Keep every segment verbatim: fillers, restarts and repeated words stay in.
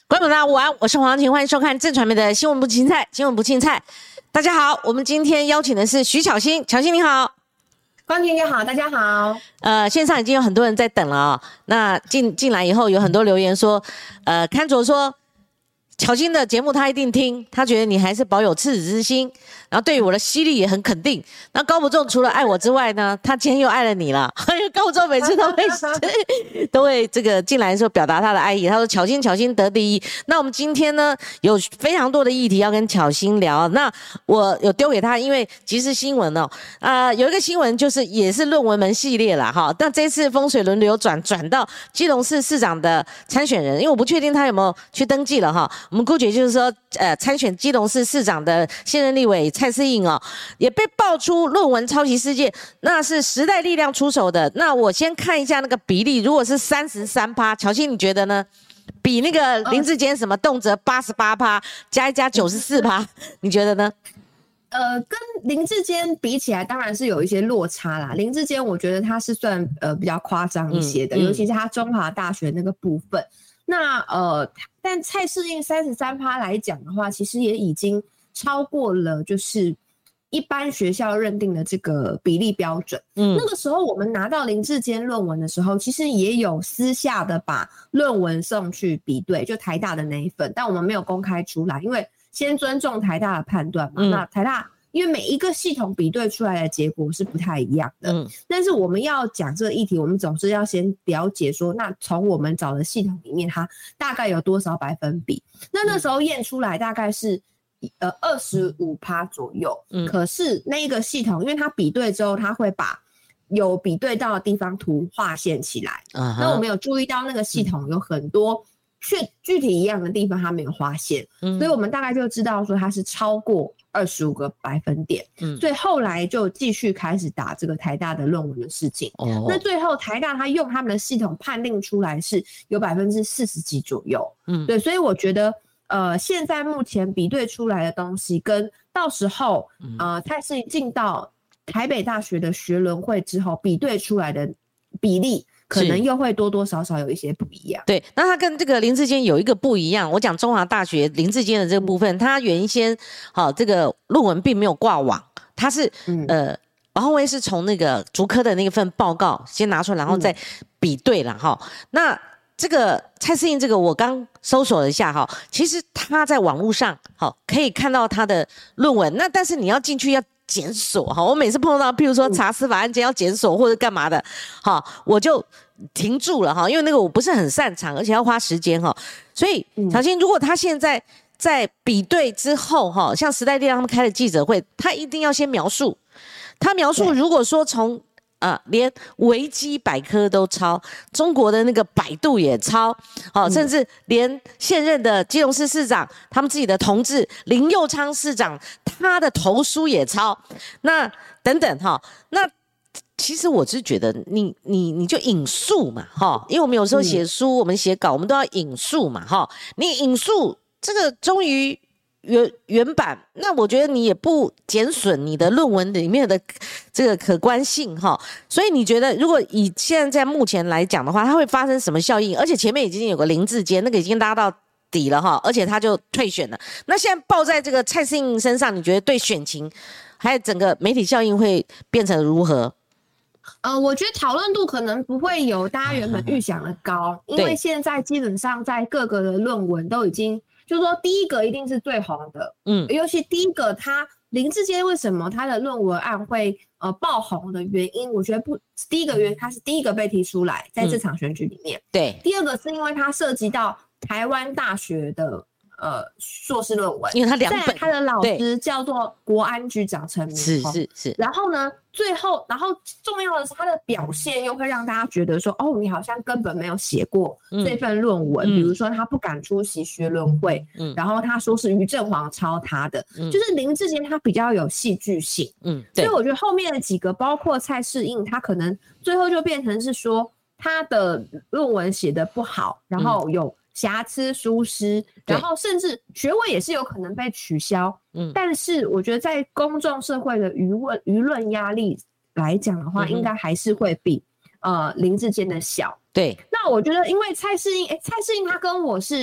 观众大家午安，我是黄晴，欢迎收看正传媒的新闻不青菜，新闻不青菜。大家好，我们今天邀请的是徐巧芯，巧芯你好。 光晴姐好，大家好。 呃，线上已经有很多人在等了啊、哦。那进进来以后，有很多留言说，呃，看卓说巧芯的节目他一定听，他觉得你还是保有赤子之心，然后对于我的犀利也很肯定。那高伯仲除了爱我之外呢，他今天又爱了你了。因为高伯仲每次都会都会这个进来的时候表达他的爱意，他说巧芯巧芯得第一。那我们今天呢有非常多的议题要跟巧芯聊，那我有丢给他，因为即时新闻哦，呃，有一个新闻就是也是论文门系列啦哈。那这次风水轮流转转到基隆市市长的参选人，因为我不确定他有没有去登记了哈。我们姑且就是说，呃，参选基隆市市长的现任立委蔡适应哦，也被爆出论文抄袭事件，那是时代力量出手的。那我先看一下那个比例，如果是三十三趴，巧芯你觉得呢？比那个林智坚什么动辄八十八趴，加一加九十四趴，你觉得呢？ 呃，跟林智坚比起来，当然是有一些落差啦。林智坚我觉得他是算呃比较夸张一些的， 嗯嗯、 尤其是他中华大学那个部分。那呃，但蔡适应三十三趴来讲的话，其实也已经超过了就是一般学校认定的这个比例标准。嗯，那个时候我们拿到林智坚论文的时候，其实也有私下的把论文送去比对，就台大的那一份，但我们没有公开出来，因为先尊重台大的判断嘛。嗯、那台大因为每一个系统比对出来的结果是不太一样的，嗯，但是我们要讲这个议题，我们总是要先了解说，那从我们找的系统里面，它大概有多少百分比？那那时候验出来大概是呃二十五趴左右，嗯，可是那个系统，因为它比对之后，它会把有比对到的地方图划线起来，嗯，那我们有注意到那个系统有很多确具体一样的地方它没有划线，嗯，所以我们大概就知道说它是超过二十五个百分点，嗯，所以后来就继续开始打这个台大的论文的事情。哦，那最后台大他用他们的系统判定出来是有百分之四十几左右，嗯，对，所以我觉得呃，现在目前比对出来的东西跟到时候呃蔡适应进到台北大学的学伦会之后比对出来的比例，可能又会多多少少有一些不一样。 对，那他跟这个林智坚有一个不一样。我讲中华大学林智坚的这个部分，他原先好、哦、这个论文并没有挂网，他是、嗯、呃王宏威是从那个竹科的那份报告先拿出来，然后再比对了哈、嗯。那这个蔡适应这个我刚搜索了一下哈，其实他在网络上好可以看到他的论文，那但是你要进去要检索哈，我每次碰到譬如说查司法案件要检索或者干嘛的，哈，我就停住了哈，因为那个我不是很擅长，而且要花时间哈。所以巧芯，如果他现在在比对之后哈，像时代力量他们开的记者会，他一定要先描述，他描述如果说从啊，连维基百科都抄，中国的那个百度也抄，哦，甚至连现任的基隆市市长他们自己的同志林右昌市长他的投书也抄，那等等哈，那其实我是觉得你你你就引述嘛哈，因为我们有时候写书，嗯、我们写稿，我们都要引述嘛哈，你引述这个终于。原原版，那我觉得你也不减损你的论文里面的这个可观性哈，所以你觉得如果以现在目前来讲的话，它会发生什么效应？而且前面已经有个林智坚，那个已经拉到底了哈，而且他就退选了。那现在报在这个蔡适应身上，你觉得对选情还有整个媒体效应会变成如何？ 呃，我觉得讨论度可能不会有大家原本预想的高，因为现在基本上在各个的论文都已经。就是说，第一个一定是最红的，嗯，尤其第一个他林智坚为什么他的论文案会呃爆红的原因，我觉得不，第一个原因他是第一个被提出来在这场选举里面，嗯、对，第二个是因为他涉及到台湾大学的呃硕士论文， 因为他两本， 他的老师叫做国安局长陈明是是是， 然后呢，最后，然后重要的是他的表现又会让大家觉得说，哦，你好像根本没有写过这份论文，嗯、比如说他不敢出席学伦会，嗯、然后他说是于正煌抄他的，嗯、就是林智坚他比较有戏剧性，嗯，所以我觉得后面的几个，包括蔡适应，他可能最后就变成是说他的论文写得不好，然后有。瑕疵疏失，然后甚至学位也是有可能被取消。嗯，但是我觉得在公众社会的舆论舆论压力来讲的话，嗯、应该还是会比呃林智坚的小。 对， 那我觉得因为蔡适应，哎，蔡适应他跟我是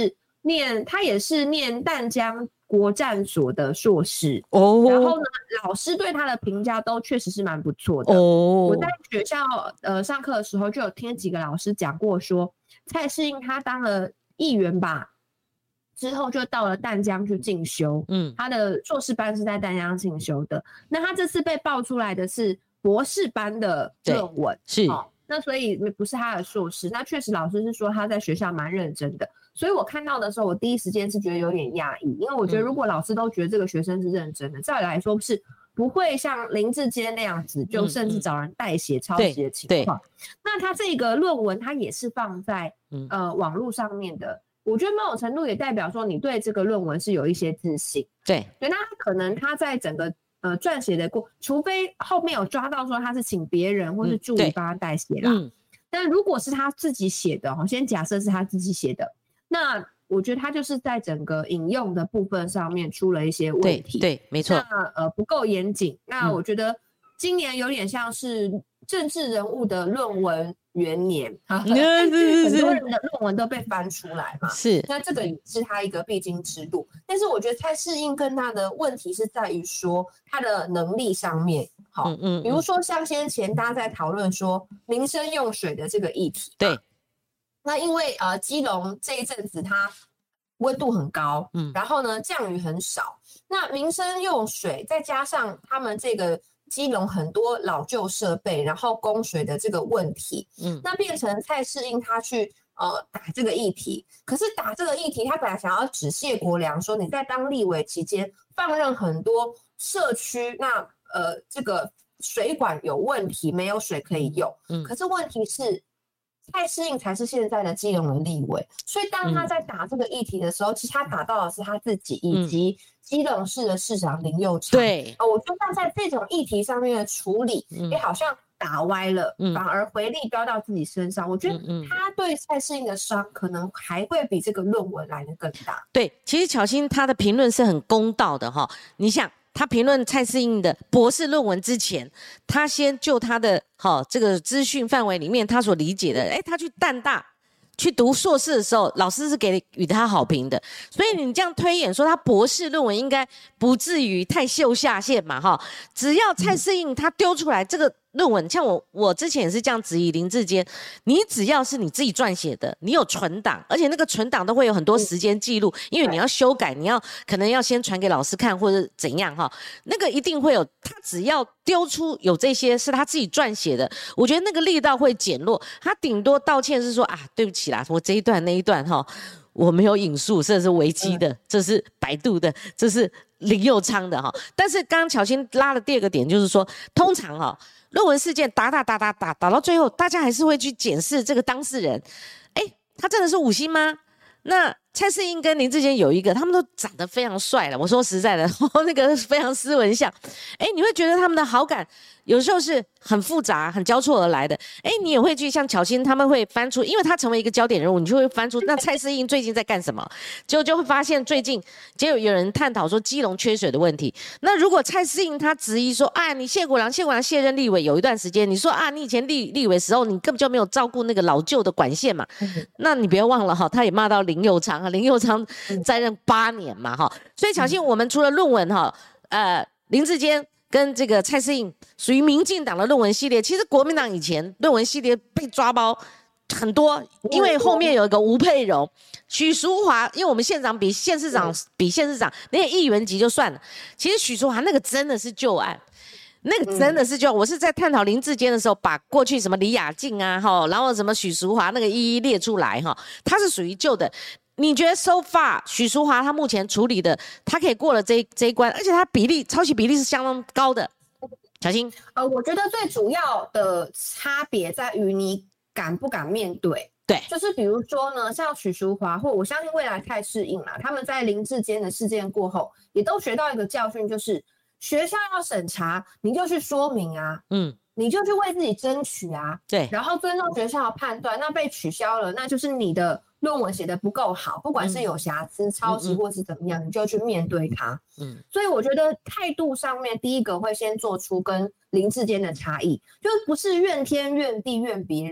念他也是念淡江国战所的硕士哦， 然后呢，老师对他的评价都确实是蛮不错的。 哦， 我在学校呃上课的时候就有听几个老师讲过说，蔡适应他当了议员吧。之后就到了淡江去进修，嗯，他的硕士班是在淡江进修的。那他这次被爆出来的是博士班的论文， 是、 哦，那所以不是他的硕士。那确实老师是说他在学校蛮认真的，所以我看到的时候，我第一时间是觉得有点讶异，因为我觉得如果老师都觉得这个学生是认真的，照理来说是不会像林志坚那样子，就甚至找人代写、抄袭的情况。那他这个论文，他也是放在、嗯、呃网络上面的。我觉得某种程度也代表说你对这个论文是有一些自信， 对， 对，那可能他在整个呃撰写的过，除非后面有抓到说他是请别人或是助理帮他代写啦，嗯，但如果是他自己写的，先假设是他自己写的，那我觉得他就是在整个引用的部分上面出了一些问题， 对，对，没错， 那呃不够严谨，那我觉得今年有点像是政治人物的论文元年，很多人的论文都被翻出来嘛， 是， 那这个也是他一个必经之路。但是我觉得蔡适应跟他的问题是在于说他的能力上面，好，嗯嗯嗯比如说像先前大家在讨论说民生用水的这个议题， 对， 那因为呃基隆这一阵子它温度很高，嗯，然后呢降雨很少，那民生用水再加上他们这个。基隆很多老旧设备，然后供水的这个问题，嗯，那变成蔡适应他去呃打这个议题，可是打这个议题，他本来想要指谢国良说你在当立委期间放任很多社区，那呃这个水管有问题，没有水可以用，嗯，可是问题是。蔡适应才是现在的基隆的立委，所以当他在打这个议题的时候，嗯、其实他打到的是他自己以及基隆市的市长林右昌。 对， 呃，我觉得在这种议题上面的处理，也、嗯、好像打歪了，嗯、反而回力标到自己身上。我觉得他对蔡适应的伤可能还会比这个论文来得更大。 对，其实巧芯他的评论是很公道的哈，你想。他评论蔡适应的博士论文之前，他先就他的好、哦、这个资讯范围里面他所理解的，哎，他去淡大去读硕士的时候，老师是给予他好评的，所以你这样推演说他博士论文应该不至于太秀下限嘛，哈，只要蔡适应他丢出来这个论文，像我我之前也是这样质疑林志坚，你只要是你自己撰写的，你有存档，而且那个存档都会有很多时间记录，因为你要修改，你要可能要先传给老师看或者怎样哈，那个一定会有，他只要丢出有这些是他自己撰写的，我觉得那个力道会减弱，他顶多道歉是说啊，对不起啦，我这一段那一段哈。我没有引述，这是维基的，这是百度的，这是林右昌的哈。但是刚刚巧芯拉的第二个点就是说，通常哈论文事件打打打打打打到最后，大家还是会去检视这个当事人，哎，他真的是五星吗？那蔡适应跟林志坚有一个，他们都长得非常帅了。我说实在的，那个非常斯文相，哎，你会觉得他们的好感有时候是很复杂、很交错而来的。哎，你也会去像巧芯他们会翻出，因为他成为一个焦点人物，你就会翻出那蔡适应最近在干什么，结果就会发现最近结果有人探讨说基隆缺水的问题。那如果蔡适应他质疑说，啊，你谢国良谢国良卸任立委有一段时间，你说啊，你以前立立委时候你根本就没有照顾那个老旧的管线嘛，嗯、那你别忘了哈，他也骂到林右昌。林右昌在任八年嘛，哈，所以巧芯我们除了论文哈，呃，林志坚跟这个蔡适应属于民进党的论文系列，其实国民党以前论文系列被抓包很多，因为后面有一个吴佩蓉、许淑华，因为我们县长比县市长比县市长那些议员级就算了，其实许淑华那个真的是旧案。那个真的是就、嗯、我是在探讨林志坚的时候，把过去什么李雅静啊，哈，然后什么许淑华那个一一列出来哈，它是属于旧的。你觉得 so far 许淑华他目前处理的，他可以过了这这一关，而且他比例抄袭比例是相当高的。巧芯， 呃，我觉得最主要的差别在于你敢不敢面对。 对， 就是比如说呢，像许淑华或我相信未来蔡适应啦，他们在林志坚的事件过后，也都学到一个教训，就是学校要审查，你就去说明啊，嗯，你就去为自己争取啊， 对， 然后尊重学校的判断，那被取消了，那就是你的论文写得不够好，不管是有瑕疵、嗯、抄袭或是怎么样、嗯、你就去面对它。嗯，所以我觉得态度上面，第一个会先做出跟林志坚的差异，就不是怨天怨地怨别人，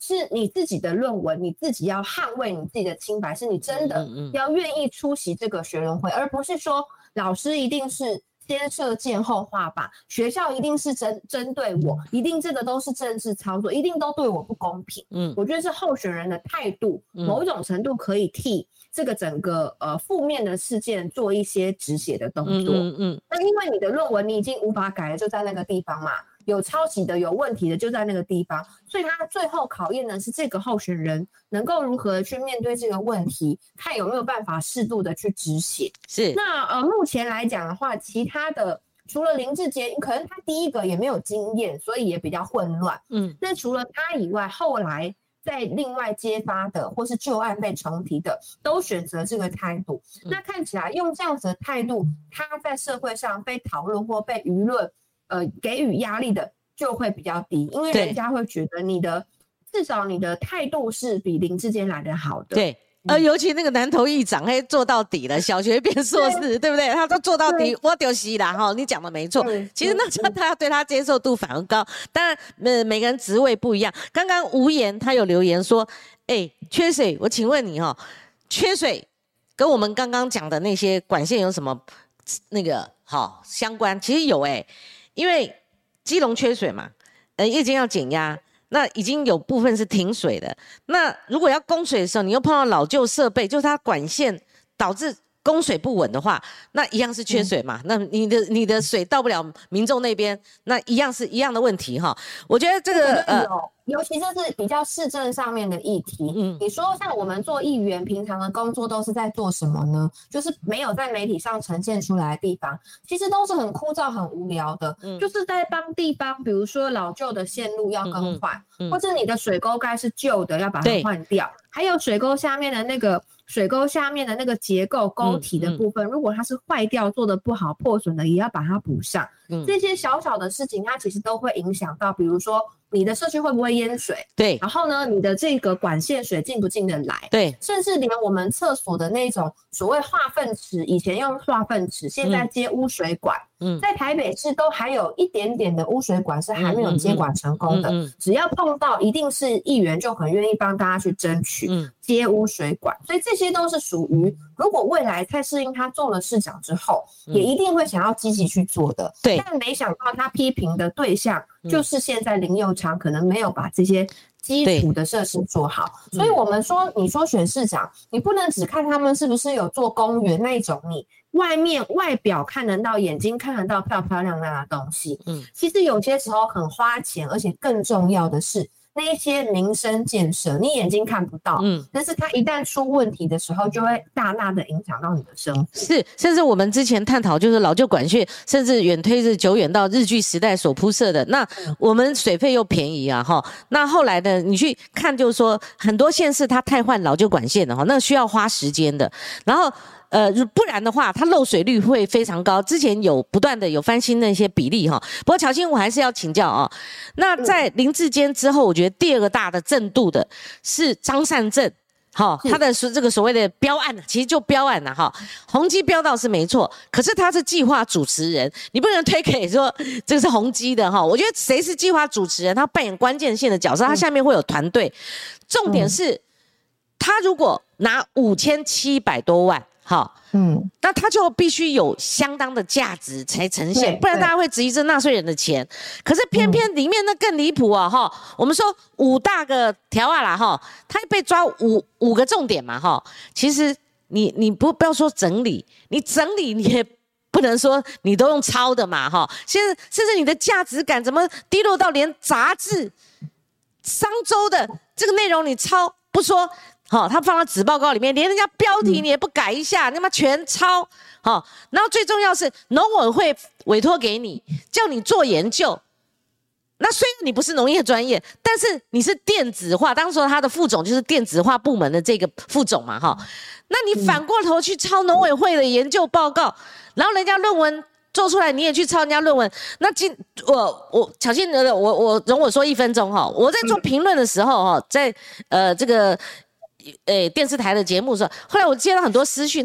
是你自己的论文，你自己要捍卫你自己的清白，是你真的要愿意出席这个学伦会，而不是说老师一定是先射箭后画靶，学校一定是针针对我，一定这个都是政治操作，一定都对我不公平。嗯，我觉得是候选人的态度，嗯、某一种程度可以替这个整个呃负面的事件做一些止血的动作。嗯 嗯, 嗯，那因为你的论文你已经无法改了，就在那个地方嘛。有抄袭的有问题的就在那个地方，所以他最后考验的是这个候选人能够如何去面对这个问题，看有没有办法适度的去止血。 是那呃目前来讲的话，其他的除了林志坚，可能他第一个也没有经验，所以也比较混乱。嗯，那除了他以外，后来在另外揭发的或是旧案被重提的，都选择这个态度。嗯、那看起来用这样子的态度，他在社会上被讨论或被舆论呃，给予压力的就会比较低，因为人家会觉得你的至少你的态度是比林志坚来的好的。 对，呃，尤其那个南投议长，嘿，做到底了，小学变硕士， 对, 对不对？他都做到底，我就是啦，哈，你讲的没错。其实那时候他要对他接受度反而高，当然，呃，每个人职位不一样。刚刚吴言他有留言说，哎，缺水，我请问你哈、哦，缺水跟我们刚刚讲的那些管线有什么那个好、哦、相关？其实有哎、欸。因为基隆缺水嘛，呃，夜间要减压，那已经有部分是停水的。那如果要供水的时候，你又碰到老旧设备，就是它管线导致供水不稳的话，那一样是缺水嘛。嗯、那你的你的水到不了民众那边，那一样是一样的问题哈。我觉得这个呃。 尤其这是比较市政上面的议题。嗯，你说像我们做议员，平常的工作都是在做什么呢？就是没有在媒体上呈现出来的地方，其实都是很枯燥、很无聊的。嗯，就是在帮地方，比如说老旧的线路要更换，嗯嗯、或者你的水沟盖是旧的，要把它换掉。还有水沟下面的那个水沟下面的那个结构沟体的部分，嗯嗯、如果它是坏掉、做的不好、破损的，也要把它补上。嗯，这些小小的事情，它其实都会影响到，比如说你的社区会不会淹水？ 对， 然后呢，你的这个管线水进不进得来？ 对， 甚至连我们厕所的那种所谓化粪池，以前用化粪池，现在接污水管。嗯，在台北市都还有一点点的污水管是还没有接管成功的。嗯嗯嗯、只要碰到，一定是议员就很愿意帮大家去争取接污水管。嗯、所以这些都是属于，如果未来蔡适应他做了市长之后，嗯、也一定会想要积极去做的。 对， 但没想到他批评的对象就是现在林右昌可能没有把这些基础的设施做好，所以我们说，你说选市长，你不能只看他们是不是有做公园那一种，你外面外表看得到、眼睛看得到漂漂亮亮的东西，嗯，其实有些时候很花钱，而且更重要的是那一些民生建设，你眼睛看不到，嗯，但是它一旦出问题的时候，就会大大的影响到你的生活。 是，甚至我们之前探讨就是老旧管线，甚至远推至久远到日据时代所铺设的，那我们水费又便宜啊，哈，那后来呢，你去看就是说很多县市它汰换老旧管线的哈，那需要花时间的，然后。呃，不然的话，它漏水率会非常高。之前有不断的有翻新那些比例哈。不过乔欣，我还是要请教啊、哦。那在林志坚之后，我觉得第二个大的震度的是张善政，好、哦，他的这个所谓的标案，其实就标案了哈。宏基标到是没错，可是他是计划主持人，你不能推给说这个是宏基的哈。我觉得谁是计划主持人，他扮演关键性的角色，他下面会有团队。重点是，他如果拿五千七百多万。好，嗯，那他就必须有相当的价值才呈现，不然大家会质疑这纳税人的钱。可是偏偏里面那更离谱啊！哈、嗯，我们说五大个条啊啦，哈，他被抓五五个重点嘛，哈，其实你你不不要说整理，你整理你也不能说你都用抄的嘛，哈，现在甚至你的价值感怎么低落到连杂志、商周的这个内容你抄不说。好、哦，他放到纸报告里面，连人家标题你也不改一下，你、嗯、妈全抄。好、哦，然后最重要是农委会委托给你，叫你做研究。那虽然你不是农业专业，但是你是电子化，当时他的副总就是电子化部门的这个副总嘛，哈。那你反过头去抄农委会的研究报告，然后人家论文做出来，你也去抄人家论文。那今我我巧欣我我容我说一分钟哈，我在做评论的时候哈，在呃这个。诶，电视台的节目的时候，后来我接到很多私讯，他说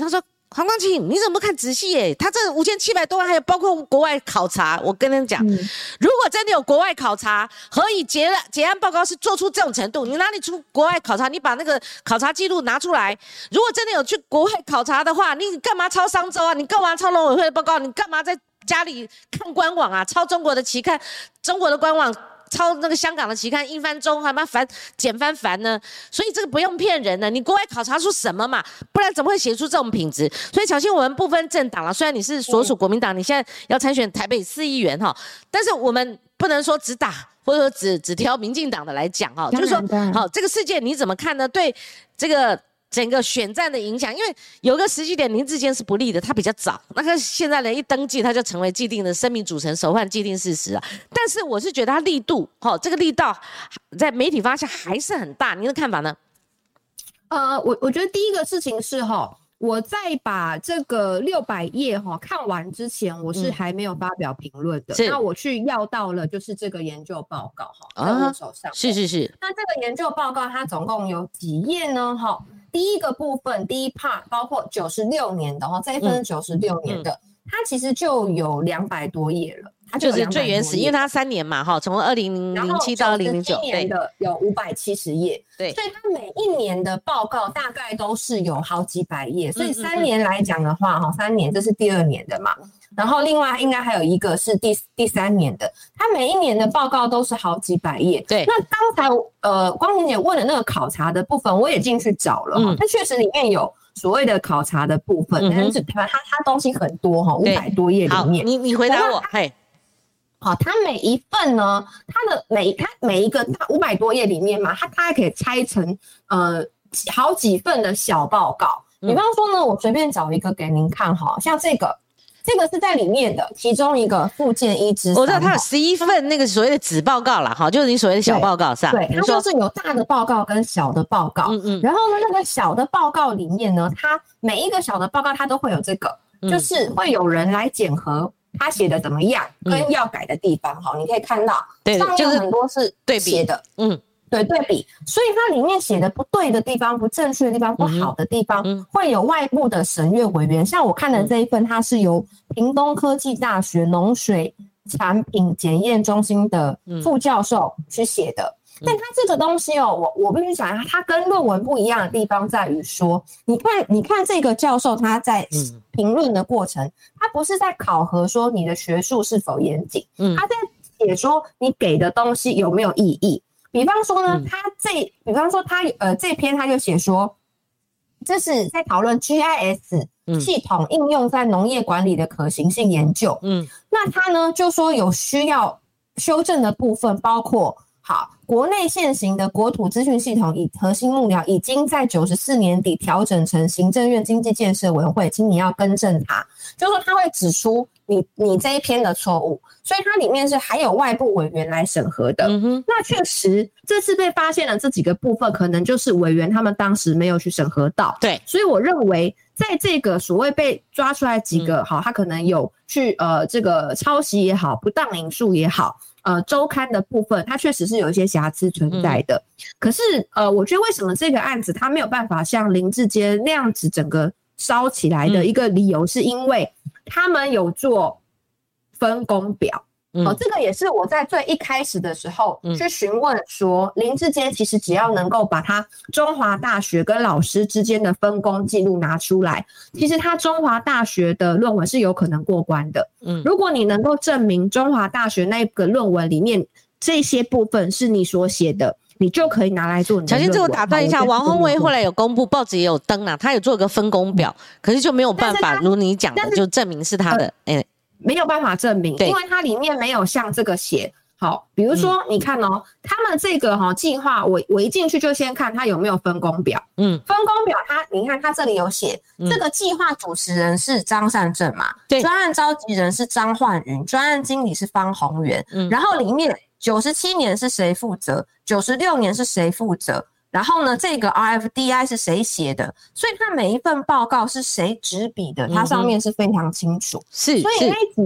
黄光芹，你怎么不看仔细耶？他这五千七百多万，还有包括国外考察。我跟你讲，嗯、如果真的有国外考察，何以结结案报告是做出这种程度？你哪里出国外考察？你把那个考察记录拿出来。如果真的有去国外考察的话，你干嘛抄商周啊？你干嘛抄农委会的报告？你干嘛在家里看官网啊？抄中国的期刊，中国的官网。抄那个香港的期刊英翻中，还蛮烦简翻繁呢，所以这个不用骗人的，你国外考察出什么嘛？不然怎么会写出这种品质？所以小心我们不分政党了，虽然你是所属国民党，你现在要参选台北市议员哈，但是我们不能说只打或者说只只挑民进党的来讲哈，就是说好这个事件你怎么看呢？对这个。整个选战的影响，因为有个时机点林智坚是不利的，他比较早，那个现在人一登记他就成为既定的生命组成首患既定事实啊。但是我是觉得他力度，哦，这个力道在媒体发现还是很大，您的看法呢？ 呃，我我觉得第一个事情是哈，我在把这个六百页哈看完之前，我是还没有发表评论的。嗯、那我去要到了就是这个研究报告哈，在我手上、啊。是是是。那这个研究报告它总共有几页呢？哈。第一个部分，第一 part 包括九十六年的哈，这一份是九十六年的、嗯嗯，它其实就有两百多页了，它就就是最原始，因为它三年嘛哈，从二零零七到二零零九， 年的有五百七十页， 对， 所以它每一年的报告大概都是有好几百页，所以三年来讲的话哈，三年这是第二年的嘛。然后另外应该还有一个是第第三年的，它每一年的报告都是好几百页。 对， 那刚才呃光芹姐问的那个考察的部分，我也进去找了哈，它、嗯、确实里面有所谓的考察的部分，嗯、但是它它东西很多哈，五百多页里面。 你你回答我，嘿， 好，它每一份呢，它的每它每一个五百多页里面嘛，它它还可以拆成呃好几份的小报告。比方说呢，我随便找一个给您看哈，像这个。这个是在里面的其中一个附件一之三， 我知道它有十一份那个所谓的子报告啦，哈，就是你所谓的小报告是吧？ 对，它就是有大的报告跟小的报告。嗯嗯。然后呢，那个小的报告里面呢，它每一个小的报告它都会有这个，嗯、就是会有人来检核他写的怎么样，跟要改的地方。哈、嗯，你可以看到， 对， 上面很多是写的， 嗯。 对对比，所以它里面写的不对的地方、不正确的地方、不好的地方，嗯、会有外部的审阅委员。像我看的这一份，它是由屏东科技大学农水产品检验中心的副教授去写的。嗯、但它这个东西哦，我我必须讲一下，它跟论文不一样的地方在于说，你看，你看这个教授他在评论的过程，他不是在考核说你的学术是否严谨，嗯、他在写说你给的东西有没有意义。比方说呢，他这，比方说他呃这篇他就写说，这是在讨论 G I S 系统应用在农业管理的可行性研究。嗯，那他呢就说有需要修正的部分，包括好，国内现行的国土资讯系统以核心幕僚已经在九十四年底调整成行政院经济建设委员会，请你要更正它，就是说他会指出你你这一篇的错误，所以它里面是还有外部委员来审核的。嗯哼，那确实这次被发现的这几个部分，可能就是委员他们当时没有去审核到。 对， 所以我认为在这个所谓被抓出来几个，嗯、好，他可能有去呃这个抄袭也好，不当引述也好。呃，周刊的部分，它确实是有一些瑕疵存在的。嗯、可是，呃，我觉得为什么这个案子它没有办法像林智坚那样子整个烧起来的一个理由，是因为他们有做分工表。嗯、哦，这个也是我在最一开始的时候去询问说，嗯、林智坚其实只要能够把他中华大学跟老师之间的分工记录拿出来，其实他中华大学的论文是有可能过关的。嗯，如果你能够证明中华大学那个论文里面这些部分是你所写的，你就可以拿来做你的论文。 小心，这我打断一下，王宏威后来有公布，报纸也有登啦，他有做个分工表，嗯、可是就没有办法如你讲的，就证明是他的。哎、呃。 没有办法证明，因为它里面没有像这个写好，比如说你看哦，嗯、他们这个哈、哦、计划，我我一进去就先看它有没有分工表。嗯，分工表它，你看它这里有写，嗯、这个计划主持人是张善政嘛，对，专案召集人是张焕云，专案经理是方宏源，嗯，然后里面九十七年是谁负责，九十六年是谁负责。然后呢，这个 R F D I 是谁写的？所以它每一份报告是谁执笔的，它上面是非常清楚。 是， 所以那几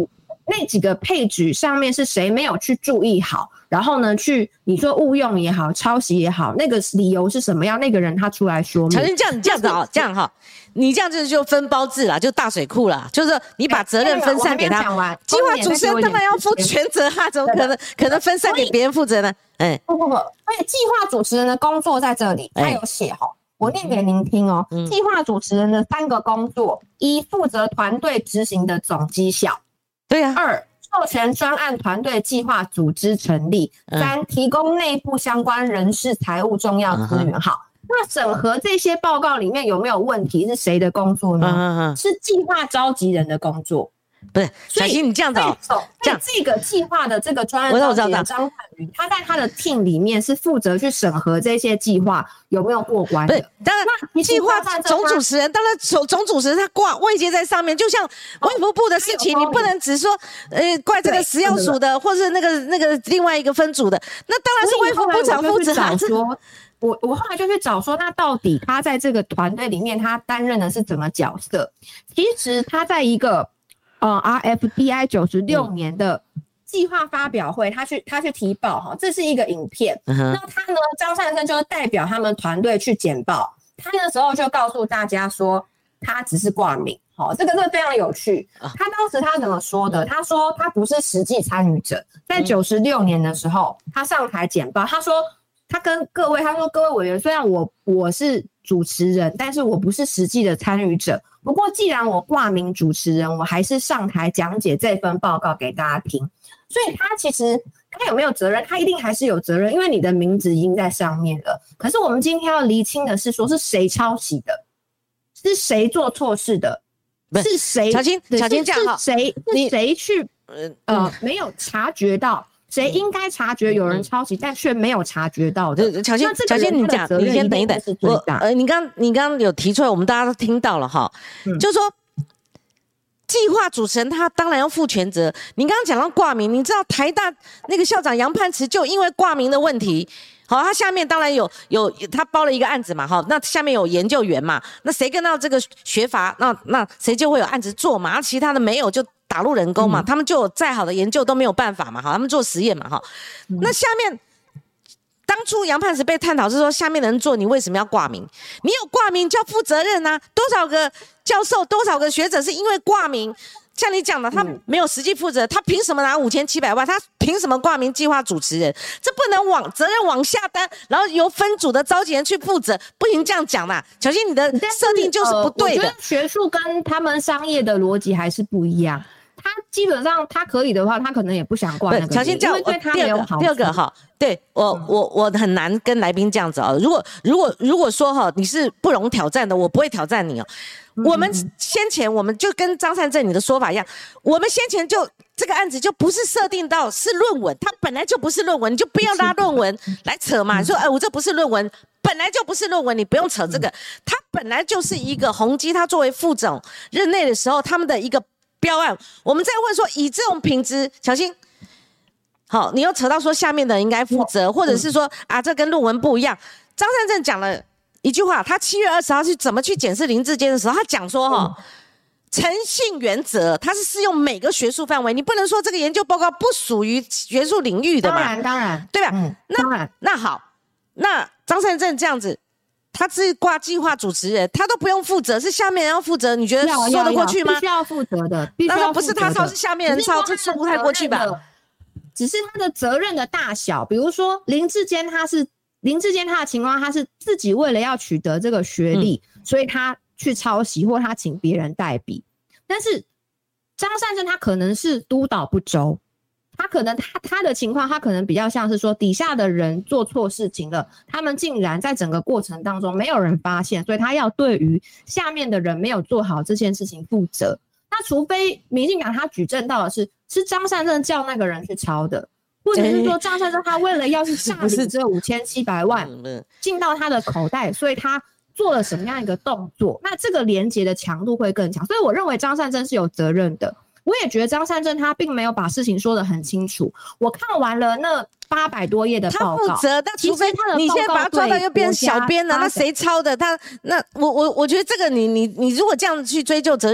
那几个配举上面是谁没有去注意好，然后呢去你说误用也好抄袭也好，那个理由是什么，要那个人他出来说明。 乔欣这样这样子啊，这样哈，你这样子就分包制啦，就大水库啦，就是你把责任分散给他。计划主持人当然要负全责啊，怎么可能可能分散给别人负责呢？嗯， 不不不，而且计划主持人的工作在这里，他有写哈。我念给您听哦，计划主持人的三个工作：一、负责团队执行的总绩效； 对啊； 二、授权专案团队计划组织成立；三、提供内部相关人事、财务重要资源。好，那审核这些报告里面有没有问题？是谁的工作呢？是计划召集人的工作。 不是，小欣，你这样子哦， 这样这个计划的这个专案召集人张瀚宇，他在他的 team 里面是负责去审核这些计划有没有过关的。 不是，当然，计划总主持人，当然总总主持人他挂位阶在上面，就像卫福部的事情，你不能只说呃怪这个食药署的，或是那个那个另外一个分组的，那当然是卫福部长负责。 我我后来就去找说，那到底他在这个团队里面他担任的是怎么角色？其实他在一个。呃 ，R F D I 九十六年的计划发表会，他去他去提报哈，这是一个影片。嗯、那他呢，张善政就是代表他们团队去简报，他那时候就告诉大家说，他只是挂名。好，这个这个非常有趣。他当时他怎么说的？他说他不是实际参与者，在九十六年的时候，他上台简报，他说他跟各位他说各位委员，虽然我我是主持人，但是我不是实际的参与者。不过既然我挂名主持人，我还是上台讲解这份报告给大家听。所以他其实他有没有责任？他一定还是有责任，因为你的名字已经在上面了。可是我们今天要厘清的是说，是谁抄袭的？是谁做错事的？是谁？ 小欣，小欣这样哈， 是谁？是谁去呃没有察觉到？谁应该察觉有人抄袭，但却没有察觉到的？ 乔欣，乔欣，你讲，你先等一等。我呃，你刚你刚刚有提出来，我们大家都听到了哈，嗯、就是说，计划主持人他当然要负全责。你刚刚讲到挂名，你知道台大那个校长杨泮池就因为挂名的问题，好，他下面当然有有他包了一个案子嘛，哈，那下面有研究员嘛，那谁跟到这个学阀，那那谁就会有案子做嘛，那其他的没有就。打入人工嘛、嗯，他们就有再好的研究都没有办法嘛，好，他们做实验嘛，哈、嗯。那下面当初杨泮池被探讨是说，下面的人做，你为什么要挂名？你有挂名就要负责任啊！多少个教授、多少个学者是因为挂名，像你讲的，他没有实际负责，他凭什么拿五千七百万？他凭什么挂名计划主持人？这不能往责任往下担，然后由分组的召集人去负责，不行这样讲啦。小欣，你的设定就是不对的。 呃、我觉得学术跟他们商业的逻辑还是不一样。他基本上他可以的话，他可能也不想挂那个名，因为对他没有好处。 第二个哈，对我、嗯、我我很难跟来宾这样子啊。如果如果如果说哈你是不容挑战的，我不会挑战你哦。嗯、我们先前我们就跟张善政你的说法一样，我们先前就这个案子就不是设定到是论文，它本来就不是论文，你就不要拉论文来扯嘛。你说哎、呃，我这不是论文。本来就不是论文，你不用扯这个。它本来就是一个宏基，他作为副总任内的时候，他们的一个标案。我们在问说，以这种品质，小心，好，你又扯到说下面的人应该负责，或者是说啊，这跟论文不一样。张善政讲了一句话，他七月二十号是怎么去检视林智坚的时候，他讲说哈、哦，诚信原则，它是适用每个学术范围，你不能说这个研究报告不属于学术领域的嘛？ 当然，当然， 对吧？ 嗯， 那当然， 那好。那张善政这样子，他是挂计划主持人，他都不用负责，是下面人要负责，你觉得说得过去吗？ 必须要负责的，必须要负责的。 那不是他抄，是下面人抄，这说不太过去吧？ 只是他的责任的大小，比如说林智坚，他是林智坚他的情况，他是自己为了要取得这个学历，嗯、所以他去抄袭，或他请别人代笔。但是张善政他可能是督导不周。他可能他他的情况，他可能比较像是说底下的人做错事情了，他们竟然在整个过程当中没有人发现，所以他要对于下面的人没有做好这件事情负责。那除非民进党他举证到的是是张善政叫那个人去抄的，或者是说张善政他为了要去下领这五千七百万进到他的口袋，所以他做了什么样一个动作，那这个连结的强度会更强。所以我认为张善政是有责任的。我也觉得张善政他并没有把事情说得很清楚。我看完了那八百多页的报告， 他负责，但除非你现在把他抓到又变小编了，那谁抄的？他那我我我觉得这个你你你如果这样去追究责任，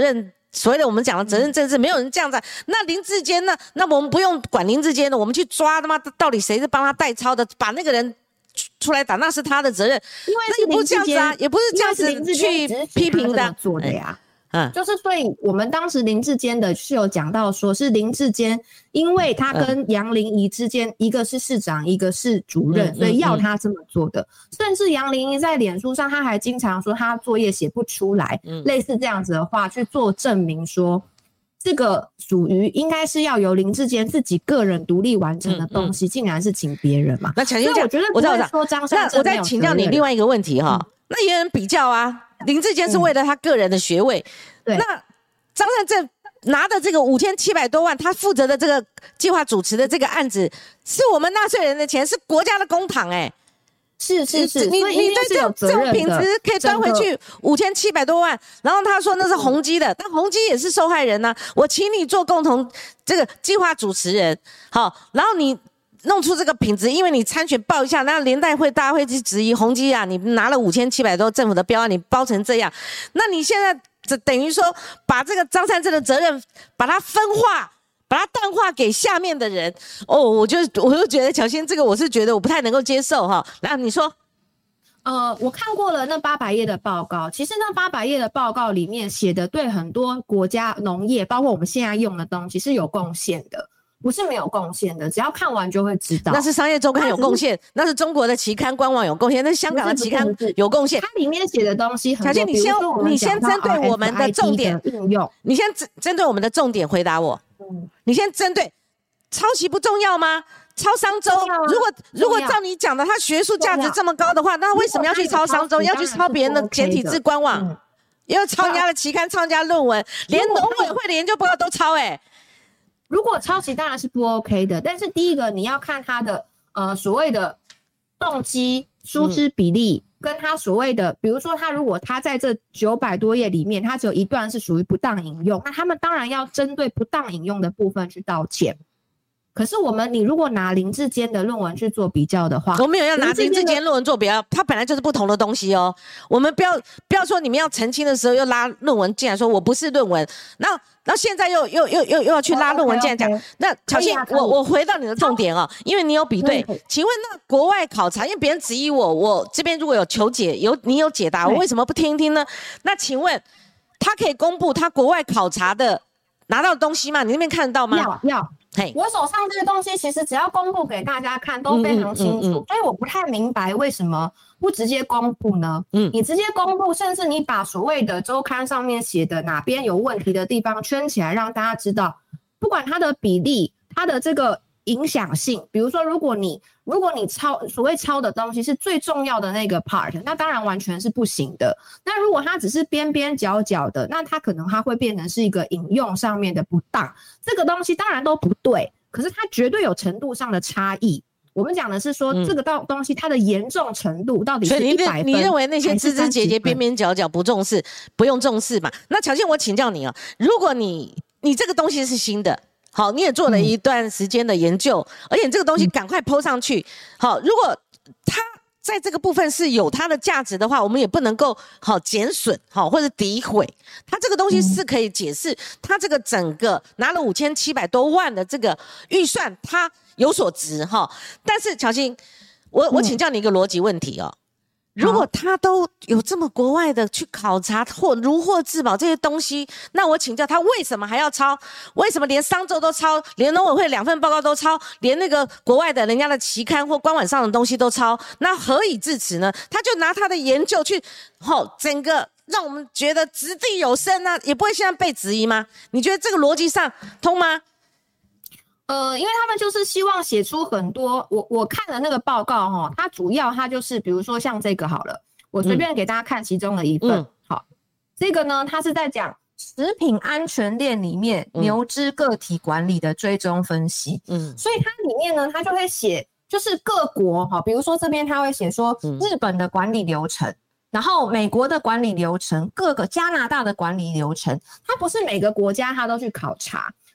所谓的我们讲的责任政治，没有人这样子。那林志坚呢？那我们不用管林志坚的，我们去抓他妈到底谁是帮他代操的，把那个人出来打，那是他的责任。 因为那也不是这样子啊，也不是这样子去批评的、啊。 做的呀。 嗯， 就是所以我们当时林志坚的是有讲到说是林志坚，因为他跟杨玲仪之间、嗯、一个是市长一个是主任、嗯、所以要他这么做的、嗯嗯、甚至杨玲仪在脸书上他还经常说他作业写不出来、嗯、类似这样子的话去做证明说这个属于应该是要由林志坚自己个人独立完成的东西、嗯嗯、竟然是请别人嘛。 那强先讲， 我觉得不会说张善政。 那我再请教你另外一个问题哈、嗯，那也有人比较啊，林志坚是为了他个人的学位，嗯、那张善政拿的这个五千七百多万，他负责的这个计划主持的这个案子，是我们纳税人的钱，是国家的公帑，哎， 是是是， 你你对这种这种品质可以端回去五千七百多万，然后他说那是宏基的，但宏基也是受害人呐、啊，我请你做共同这个计划主持人，好，然后你弄出这个品质，因为你参选报一下，那连带会大家会去质疑宏基啊，你拿了五千七百多政府的标案，你包成这样，那你现在这等于说把这个张善政的责任把它分化，把它淡化给下面的人。哦，我就我就觉得巧先这个我是觉得我不太能够接受哈。来，你说。 呃，我看过了那八百页的报告，其实那八百页的报告里面写的对很多国家农业，包括我们现在用的东西是有贡献的。不是没有贡献的，只要看完就会知道。 那是商业周刊有贡献，那是中国的期刊官网有贡献，那是香港的期刊有贡献。 它里面写的东西很多， 巧先，你先你先针对我们的重点应用， 你先针对我们的重点回答我。嗯，你先针对抄袭不重要吗？抄商周，啊、如果如果照你讲的，它学术价值这么高的话，那为什么要去抄商周？要去抄别人的简体字官网？嗯、要抄人家的期刊，抄人家论文，连农委会的研究报告都抄哎、欸。 如果抄袭当然是不 OK 的，但是第一个你要看他的呃所谓的动机、疏失比例，嗯、跟他所谓的，比如说他如果他在这九百多页里面，他只有一段是属于不当引用，那他们当然要针对不当引用的部分去道歉。可是我们，你如果拿林志坚的论文去做比较的话， 我没有要拿林志坚论文做比较，它本来就是不同的东西哦。我们不要不要说你们要澄清的时候又拉论文进来，说我不是论文，然后然后现在又又又又又要去拉论文进来讲。Oh, okay, okay. 那巧先，我我回到你的重点哦，因为你有比对，请问那国外考察，因为别人质疑我，我这边如果有求解，有你有解答，我为什么不听一听呢？那请问他可以公布他国外考察的拿到的东西吗？你那边看得到吗？ 要要。我手上这个东西其实只要公布给大家看都非常清楚，嗯嗯嗯嗯，所以我不太明白为什么不直接公布呢？嗯，你直接公布，甚至你把所谓的周刊上面写的哪边有问题的地方圈起来，让大家知道，不管它的比例，它的这个影响性，比如说如果你如果你抄所谓抄的东西是最重要的那个 part， 那当然完全是不行的。那如果它只是边边角角的，那它可能它会变成是一个引用上面的不当，这个东西当然都不对，可是它绝对有程度上的差异。我们讲的是说、嗯、这个东西它的严重程度到底是一百分， 你认为那些枝枝节节边边角角不重视不用重视嘛？那巧先我请教你啊，如果你你这个东西是新的，好，你也做了一段时间的研究，嗯、而且这个东西赶快 po 上去。好，如果它在这个部分是有它的价值的话，我们也不能够好减损，好或者诋毁。它这个东西是可以解释，它这个整个拿了五千七百多万的这个预算，它有所值哈。但是巧先，我我请教你一个逻辑问题哦。如果他都有这么国外的去考察或如获至宝这些东西，那我请教他为什么还要抄？为什么连商周都抄，连农委会两份报告都抄，连那个国外的人家的期刊或官网上的东西都抄？那何以至此呢？他就拿他的研究去，吼，整个让我们觉得掷地有声啊，也不会现在被质疑吗？你觉得这个逻辑上通吗？ 呃，因为他们就是希望写出很多，我我看了那个报告哈，它主要它就是比如说像这个好了，我随便给大家看其中的一份，嗯、好，这个呢，它是在讲食品安全链里面牛只个体管理的追踪分析，嗯，所以它里面呢，它就会写就是各国哈，比如说这边它会写说日本的管理流程。嗯，然后美国的管理流程，各个加拿大的管理流程，它不是每个国家它都去考察。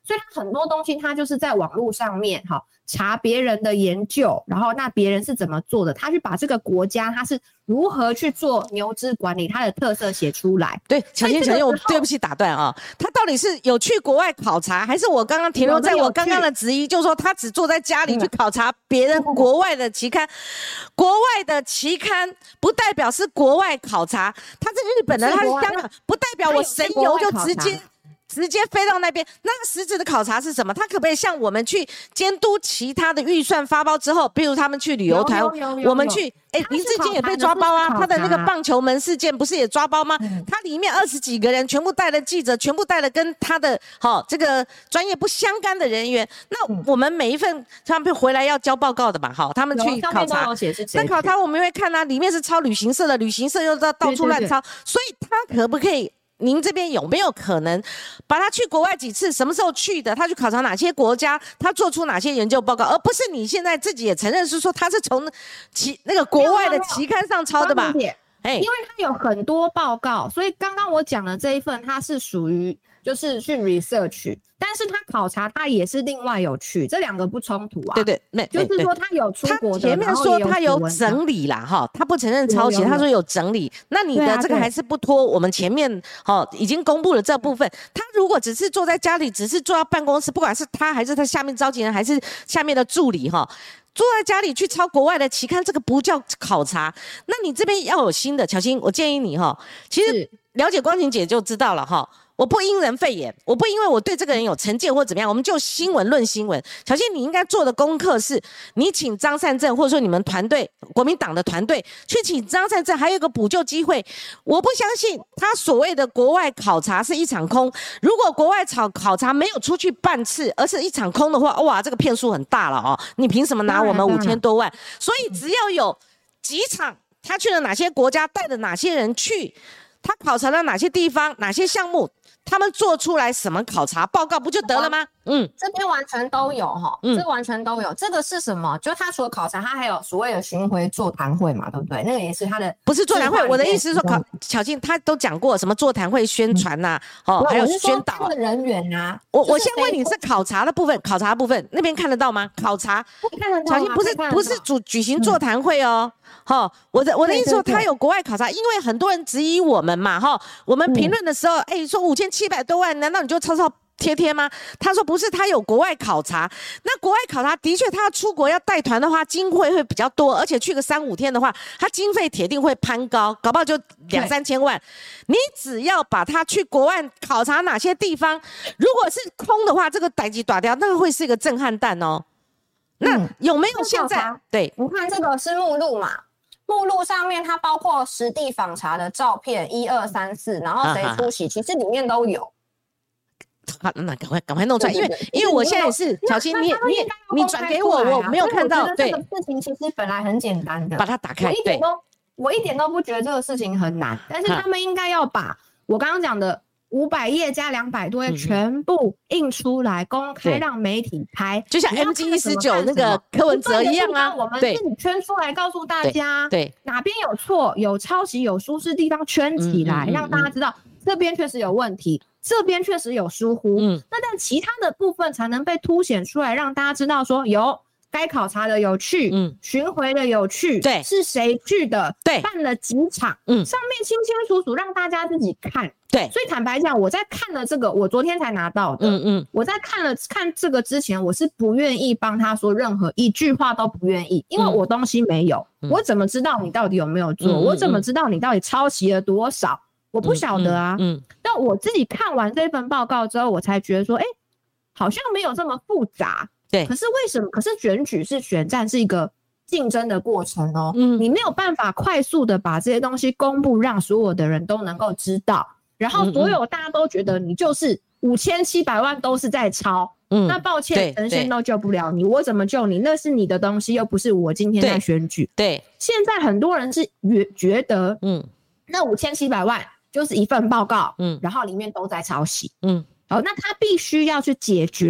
所以他很多东西他就是在网络上面哈查别人的研究，然后那别人是怎么做的，他去把这个国家他是如何去做牛只管理，他的特色写出来。 对，小倩，小倩，我对不起打断啊，他到底是有去国外考察，还是我刚刚停留在我刚刚的质疑，就是说他只坐在家里去考察别人国外的期刊？国外的期刊不代表是国外考察，他是日本的，他是香港，不代表我神游就直接。直接飞到那边，那个实质的考察是什么？他可不可以像我们去监督其他的预算发包之后，比如他们去旅游团，我们去，哎，林志坚也被抓包啊，他的那个棒球门事件不是也抓包吗？嗯、他里面二十几个人全部带了记者，全部带了跟他的好、哦、这个专业不相干的人员。那我们每一份他们回来要交报告的嘛，好，他们去考察，那考察我们会看啊，里面是抄旅行社的，旅行社又到到处乱抄，对对对，所以他可不可以？您这边有没有可能把他去国外几次，什么时候去的，他去考察哪些国家，他做出哪些研究报告，而不是你现在自己也承认是说他是从其那个国外的期刊上抄的吧？ 因为他有很多报告，所以刚刚我讲的这一份它是属于就是去 research， 但是他考察他也是另外有去，这两个不冲突啊。 对对，那就是说他有出国的， 他前面说他有整理啦哈，他不承认抄袭，他说有整理。那你的这个还是不脱我们前面哈已经公布了这部分。他如果只是坐在家里，只是坐到办公室，不管是他还是他下面召集人，还是下面的助理哈。坐在家里去抄国外的期刊，这个不叫考察。那你这边要有新的，巧芯，我建议你哈，其实了解光晴姐就知道了哈。我不因人废言，我不因为我对这个人有成见或怎么样，我们就新闻论新闻。巧芯，你应该做的功课是，你请张善政或者说你们团队国民党的团队去请张善政，还有一个补救机会。我不相信他所谓的国外考察是一场空。如果国外考考察没有出去半次，而是一场空的话，哇，这个骗数很大了哦。你凭什么拿我们五千多万？所以只要有几场，他去了哪些国家，带了哪些人去，他考察了哪些地方，哪些项目。他们做出来什么考察报告不就得了吗？嗯， 这边完全都有哈，嗯，这完全都有。这个是什么？就他除了考察，他还有所谓的巡回座谈会嘛，对不对？那个也是他的， 不是座谈会。我的意思是说，考巧芯他都讲过什么座谈会宣传呐、啊，嗯、哦，还有宣导、啊。 的人员啊， 我我先问你是考察的部分，考察的部分那边看得到吗？考察， 看得到。 巧芯不是不是主举行座谈会哦。好、嗯，我的我的意思说，他有国外考察，因为很多人质疑我们嘛，哈，我们评论的时候，哎、嗯，说五千七百多万，难道你就抄抄贴贴吗？他说不是，他有国外考察。那国外考察的确，他要出国要带团的话，经费会比较多，而且去个三五天的话，他经费铁定会攀高，搞不好就两三千万。你只要把他去国外考察哪些地方，如果是空的话，这个代志大条，那个会是一个震撼弹哦。那有没有现在？嗯、对， 你看这个是目录嘛？目录上面它包括实地访查的照片，一二三四，然后谁出席，其实里面都有。 好，那赶快赶快弄出来，因为因为我现在也是巧芯，你你你转给我，我没有看到。对， 这个事情其实本来很简单的， 把它打开。 我一点都我一点都不觉得这个事情很难，但是他们应该要把我刚刚讲的五百页加两百多页全部印出来，公开让媒体拍， 就像 M G 一十九那个柯文哲一样啊。 我们自己圈出来，告诉大家， 对哪边有错、有抄袭、有疏失地方圈起来，让大家知道这边确实有问题。这边确实有疏忽，嗯，那但其他的部分才能被凸显出来，让大家知道说有该考察的有去，嗯，巡回的有去， 对， 是谁去的， 对， 办了几场， 嗯， 上面清清楚楚让大家自己看， 对， 所以坦白讲，我在看了这个，我昨天才拿到的，嗯嗯，我在看了看这个之前，我是不愿意帮他说任何一句话都不愿意，因为我东西没有，嗯、我怎么知道你到底有没有做？嗯、我怎么知道你到底抄袭了多少？我不晓得啊，嗯，嗯嗯但我自己看完这份报告之后，我才觉得说，哎、欸，好像没有这么复杂。 对， 可是为什么？可是选举是选战，是一个竞争的过程哦。嗯，你没有办法快速的把这些东西公布，让所有的人都能够知道，然后所有大家都觉得你就是五千七百万都是在抄。嗯，那抱歉，神仙都救不了你，我怎么救你？那是你的东西，又不是我今天在选举。 对，对现在很多人是觉得，嗯，那五千七百万。就是一份报告，嗯，然后里面都在抄袭，嗯，好，那他必须要去解决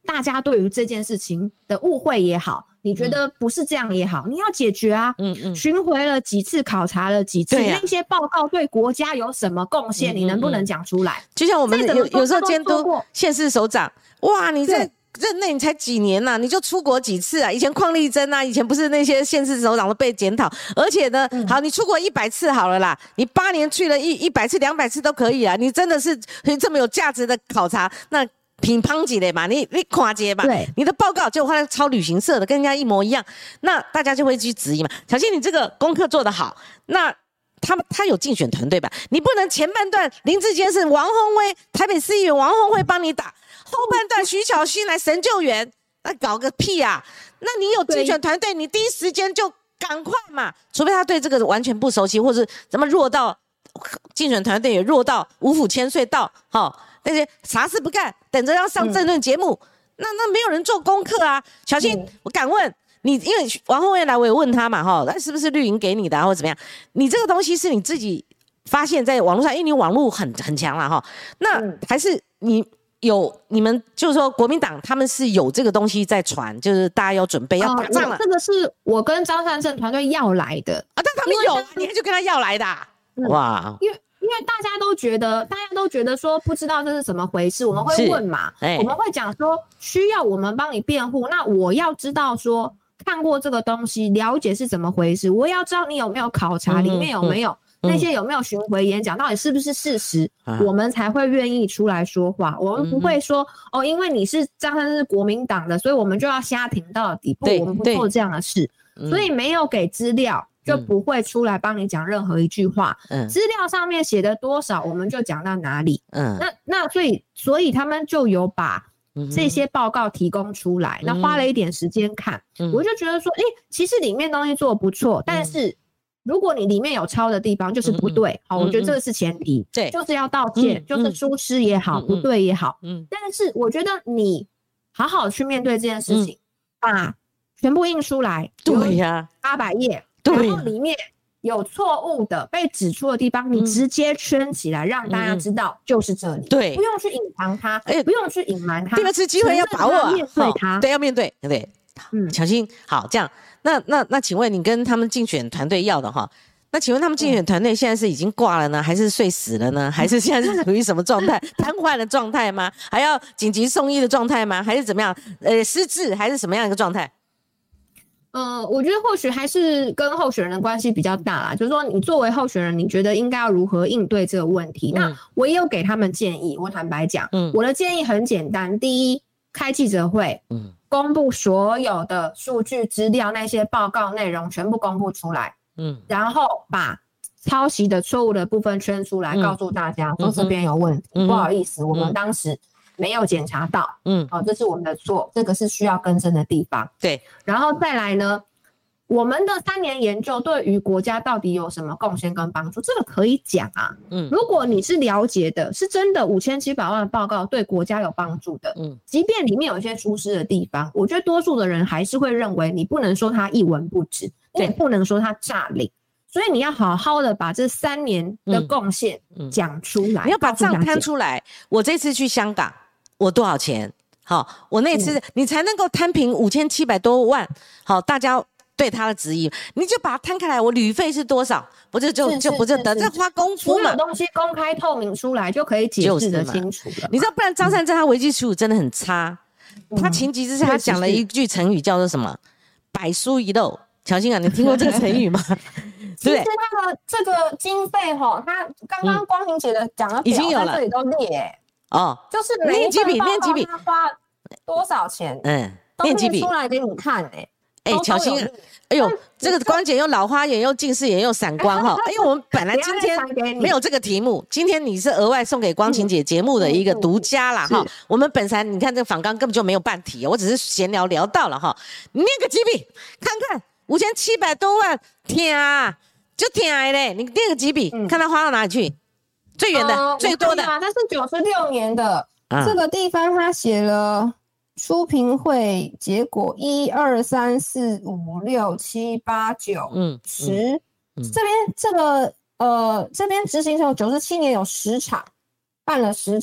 大家对于这件事情的误会也好，你觉得不是这样也好，嗯、你要解决啊。嗯嗯，巡回了几次，考察了几次，啊、那些报告对国家有什么贡献、嗯嗯嗯，你能不能讲出来？ 就像我们有有时候监督县市首长，哇，你在任内你才几年呐、啊，你就出国几次啊？以前邝丽珍啊，以前不是那些县市首长都被检讨，而且呢，嗯、好，你出国一百次好了啦，你八年去了一一百次、两百次都可以啊，你真的是这么有价值的考察，那乒乓级的嘛，你你跨界吧，你的报告就后来抄旅行社的，跟人家一模一样，那大家就会去质疑嘛。小新，你这个功课做得好，那他他有竞选团队吧？你不能前半段林智坚是王宏威台北市议员，王宏威帮你打。后半段徐巧芯来神救援，那搞个屁啊！那你有竞选团队，你第一时间就赶快嘛，除非他对这个完全不熟悉，或者怎么弱到竞选团队也弱到五府千岁到，好、哦、那些啥事不干，等着要上政论节目，嗯、那那没有人做功课啊。小新，嗯、我敢问你，因为王宏威来，我有问他嘛，哈、哦，是不是绿营给你的、啊，或者怎么样？你这个东西是你自己发现在网络上，因为你网络很很强了哈，那还是你？有你们就是说国民党他们是有这个东西在传，就是大家要准备要打仗了、 呃。这个是我跟张善政团队要来的啊，但他们有，你就跟他要来的、啊嗯，哇！ 因为因为大家都觉得，大家都觉得说不知道这是怎么回事，我们会问嘛，欸、我们会讲说需要我们帮你辩护，那我要知道说看过这个东西，了解是怎么回事，我要知道你有没有考察，嗯、里面有没有。嗯那些有没有巡回演讲，到底是不是事实、啊，我们才会愿意出来说话。我们不会说、嗯、哦，因为你是张善政是国民党的，所以我们就要瞎挺到底。不，我们不做这样的事。所以没有给资料，就不会出来帮你讲任何一句话。资、嗯、料上面写的多少，我们就讲到哪里。嗯，那那所以所以他们就有把这些报告提供出来，那、嗯、花了一点时间看、嗯，我就觉得说，哎、欸，其实里面东西做得不错，但是。嗯如果你里面有抄的地方，就是不对。嗯、好，我觉得这个是前提，对、嗯，就是要道歉，嗯、就是疏失也好、嗯，不对也好。嗯，但是我觉得你好好去面对这件事情，嗯、把全部印出来， 对呀， 八百页，然后里面有错误的被指出的地方，你直接圈起来，嗯、让大家知道就是这里，对，不用去隐藏它，欸、不用去隐瞒它， 第二次机会要把握、啊， 面对它， 对，要面对，对对。嗯，小新，好，这样，那那那，请问你跟他们竞选团队要的哈？那请问他们竞选团队现在是已经挂了呢，还是睡死了呢？还是现在是处于什么状态？瘫痪的状态吗？还要紧急送医的状态吗？还是怎么样？呃，失智还是什么样一个状态？ 呃，我觉得或许还是跟候选人的关系比较大啦。就是说，你作为候选人，你觉得应该要如何应对这个问题？嗯、那我也有给他们建议。我坦白讲，嗯，我的建议很简单。第一，开记者会，嗯。公布所有的数据资料，那些报告内容全部公布出来，嗯，然后把抄袭的错误的部分圈出来，嗯、告诉大家说这边有问题，嗯、不好意思，嗯、我们当时没有检查到，嗯，好、哦，这是我们的错，这个是需要更正的地方， 对， 然后再来呢，我们的三年研究对于国家到底有什么贡献跟帮助，这个可以讲啊。嗯，如果你是了解的，是真的五千七百万的报告对国家有帮助的，嗯，即便里面有一些疏失的地方，我觉得多数的人还是会认为你不能说他一文不值，你也不能说他诈领，所以你要好好的把这三年的贡献讲出来、嗯嗯， 你要把账摊出来。我这次去香港，我多少钱？好，我那次、嗯、你才能够摊平五千七百多万。好，大家。对他的质疑，你就把它摊开来，我旅费是多少？不是就就不是等这花功夫嘛？ 所有东西公开透明出来，就可以解释得清楚了。 你知道，不然张善政他危机处理真的很差。嗯、他情急之下，他讲了一句成语，叫做什么？百书一漏。乔欣啊，你听过这个成语吗？ 其实他的这个经费哈，他刚刚光庭姐的讲的表在这里都列、欸、哦，就是每一份报告他花多少钱，嗯，都列出来给你看哎、欸。 哎、欸，乔欣，哎呦，这个光检又老花眼又近视眼又散光哈，因为我们本来今天没有这个题目，今天你是额外送给光晴姐节目的一个独家啦哈。我们本来你看这个访纲根本就没有办题，我只是闲聊聊到了哈。你念个几笔看看，五千七百多万，天啊，就天啊嘞！你念个几笔、嗯，看他花到哪里去？最远的、呃、最多的， 它是九十六年的、啊，这个地方他写了。初评会结果一二三四五六七八九嗯十、嗯，这边这个呃这边执行成九十七年有十场，办了十场，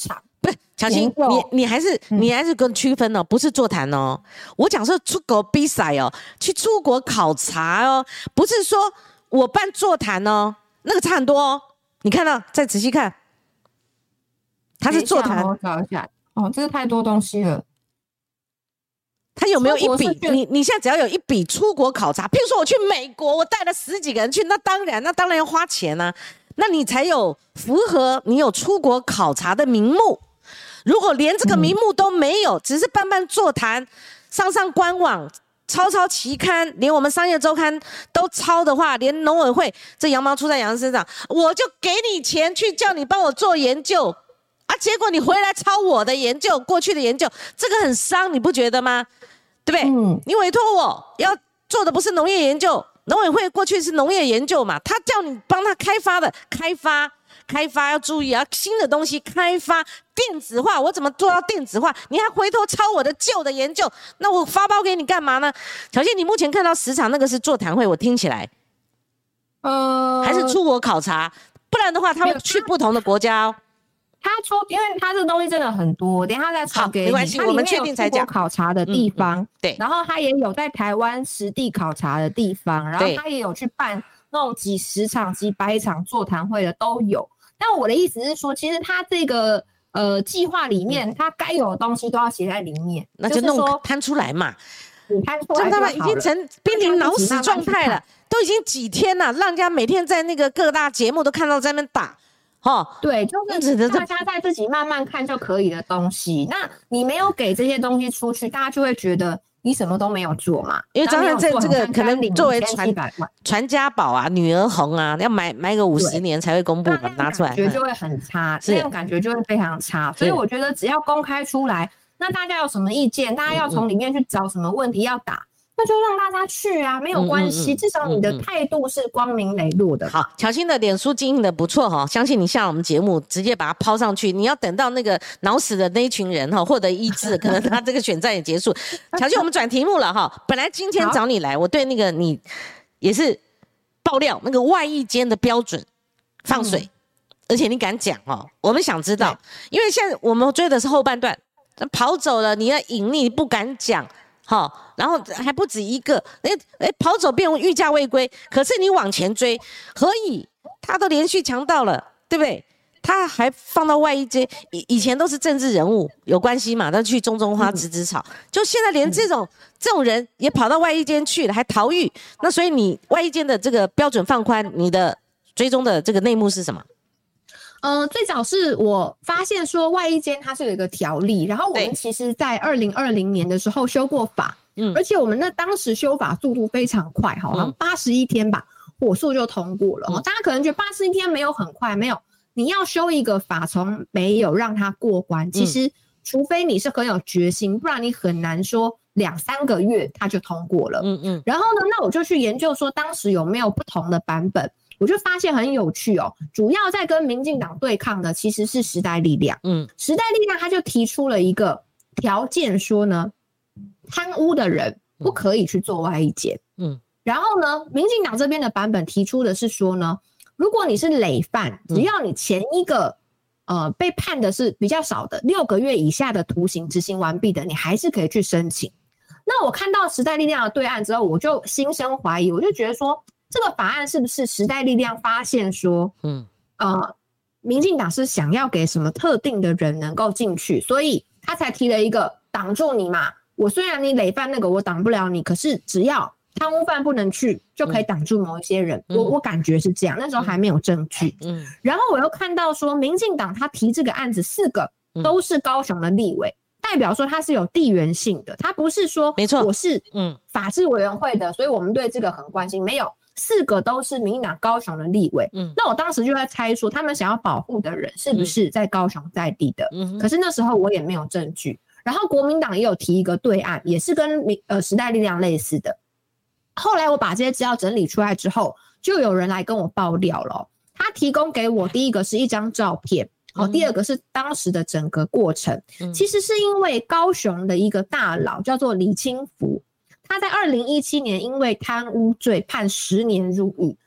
不是乔欣，你你还是、嗯、你还是跟区分哦，不是座谈哦。我讲说出国比赛哦，去出国考察哦，不是说我办座谈哦，那个差很多哦。你看到，再仔细看，他是座谈。 我找一下哦，这个太多东西了。 他有没有一笔？你你现在只要有一笔出国考察，譬如说我去美国，我带了十几个人去，那当然，那当然要花钱啊。那你才有符合你有出国考察的名目。如果连这个名目都没有，嗯、只是办办座谈、上上官网、抄抄期刊，连我们商业周刊都抄的话，连农委会这羊毛出在羊身上，我就给你钱去叫你帮我做研究啊，结果你回来抄我的研究，过去的研究，这个很伤，你不觉得吗？对不对？嗯，你委托我要做的不是农业研究，农委会过去是农业研究嘛，他叫你帮他开发的，开发开发要注意啊，新的东西开发电子化，我怎么做到电子化？你还回头抄我的旧的研究，那我发包给你干嘛呢？小谢，你目前看到十场那个是座谈会，我听起来，呃，还是出国考察，不然的话他会去不同的国家哦。 他说，因为他这个东西真的很多，等一下再传给你。 没关系，我们确定才讲。 考察的地方、嗯嗯， 对， 然后他也有在台湾实地考察的地方，然后他也有去办那种几十场、几百场座谈会的都有。但我的意思是说，其实他这个呃计划里面，他该有的东西都要写在里面， 那就弄摊出来嘛。 你摊出来就好了， 已经成濒临脑死状态了，都已经几天了，让人家每天在那个各大节目都看到在那边打。哦， 对，就是大家在自己慢慢看就可以的东西。那你没有给这些东西出去，大家就会觉得你什么都没有做嘛。 因为张翰这这个可能作为传传家宝啊，女儿红啊，要买买个五十年才会公布嘛，拿出来， 感觉就会很差，这种感觉就会非常差。所以我觉得只要公开出来，那大家有什么意见，大家要从里面去找什么问题要打。那就让大家去啊，没有关系、嗯嗯嗯，至少你的态度是光明磊落的。 好，乔欣的脸书经营的不错哈，相信你下我们节目直接把它抛上去，你要等到那个脑死的那一群人哈获得医治，可能他这个选战也结束。乔欣，我们转题目了哈，本来今天找你来，我对那个你也是爆料那个外役间的标准放水，嗯、而且你敢讲哦，我们想知道，因为现在我们追的是后半段，跑走了，你要隐匿，你不敢讲。好，然后还不止一个，哎哎，跑走变逾假未归，可是你往前追，何以？他都连续强盗了，对不对？他还放到外役间，以以前都是政治人物有关系嘛，他去种种花植植草，嗯、就现在连这种、嗯、这种人也跑到外役间去了，还逃狱。那所以你外役间的这个标准放宽，你的追踪的这个内幕是什么？ 呃，最早是我发现说外役间它是有一个条例，然后我们其实在二零二零年的时候修过法，嗯，而且我们那当时修法速度非常快，好像八十一天吧，火速就通过了。嗯、大家可能觉得八十一天没有很快，没有，你要修一个法从没有让它过关，其实除非你是很有决心，不然你很难说两三个月它就通过了。嗯嗯。然后呢，那我就去研究说当时有没有不同的版本。我就发现很有趣哦，主要在跟民进党对抗的其实是时代力量。嗯，时代力量他就提出了一个条件说呢，贪污的人不可以去做外役间。嗯，然后呢，民进党这边的版本提出的是说呢，如果你是累犯，只要你前一个呃被判的是比较少的六个月以下的徒刑执行完毕的，你还是可以去申请。那我看到时代力量的对案之后，我就心生怀疑，我就觉得说，这个法案是不是时代力量发现说，嗯，呃，民进党是想要给什么特定的人能够进去，所以他才提了一个挡住你嘛。我虽然你累犯那个我挡不了你，可是只要贪污犯不能去，就可以挡住某一些人。嗯、我我感觉是这样，那时候还没有证据。嗯，然后我又看到说，民进党他提这个案子四个都是高雄的立委。代表说它是有地缘性的，它不是说没错，我是嗯法制委员会的，所以我们对这个很关心。没有，四个都是民进党高雄的立委。嗯，那我当时就在猜说，他们想要保护的人是不是在高雄在地的？嗯，可是那时候我也没有证据。然后国民党也有提一个对案，也是跟民呃时代力量类似的。后来我把这些资料整理出来之后，就有人来跟我爆料了。他提供给我第一个是一张照片。哦，第二个是当时的整个过程，嗯、其实是因为高雄的一个大佬叫做李清福，他在二零一七年因为贪污罪判十年入狱，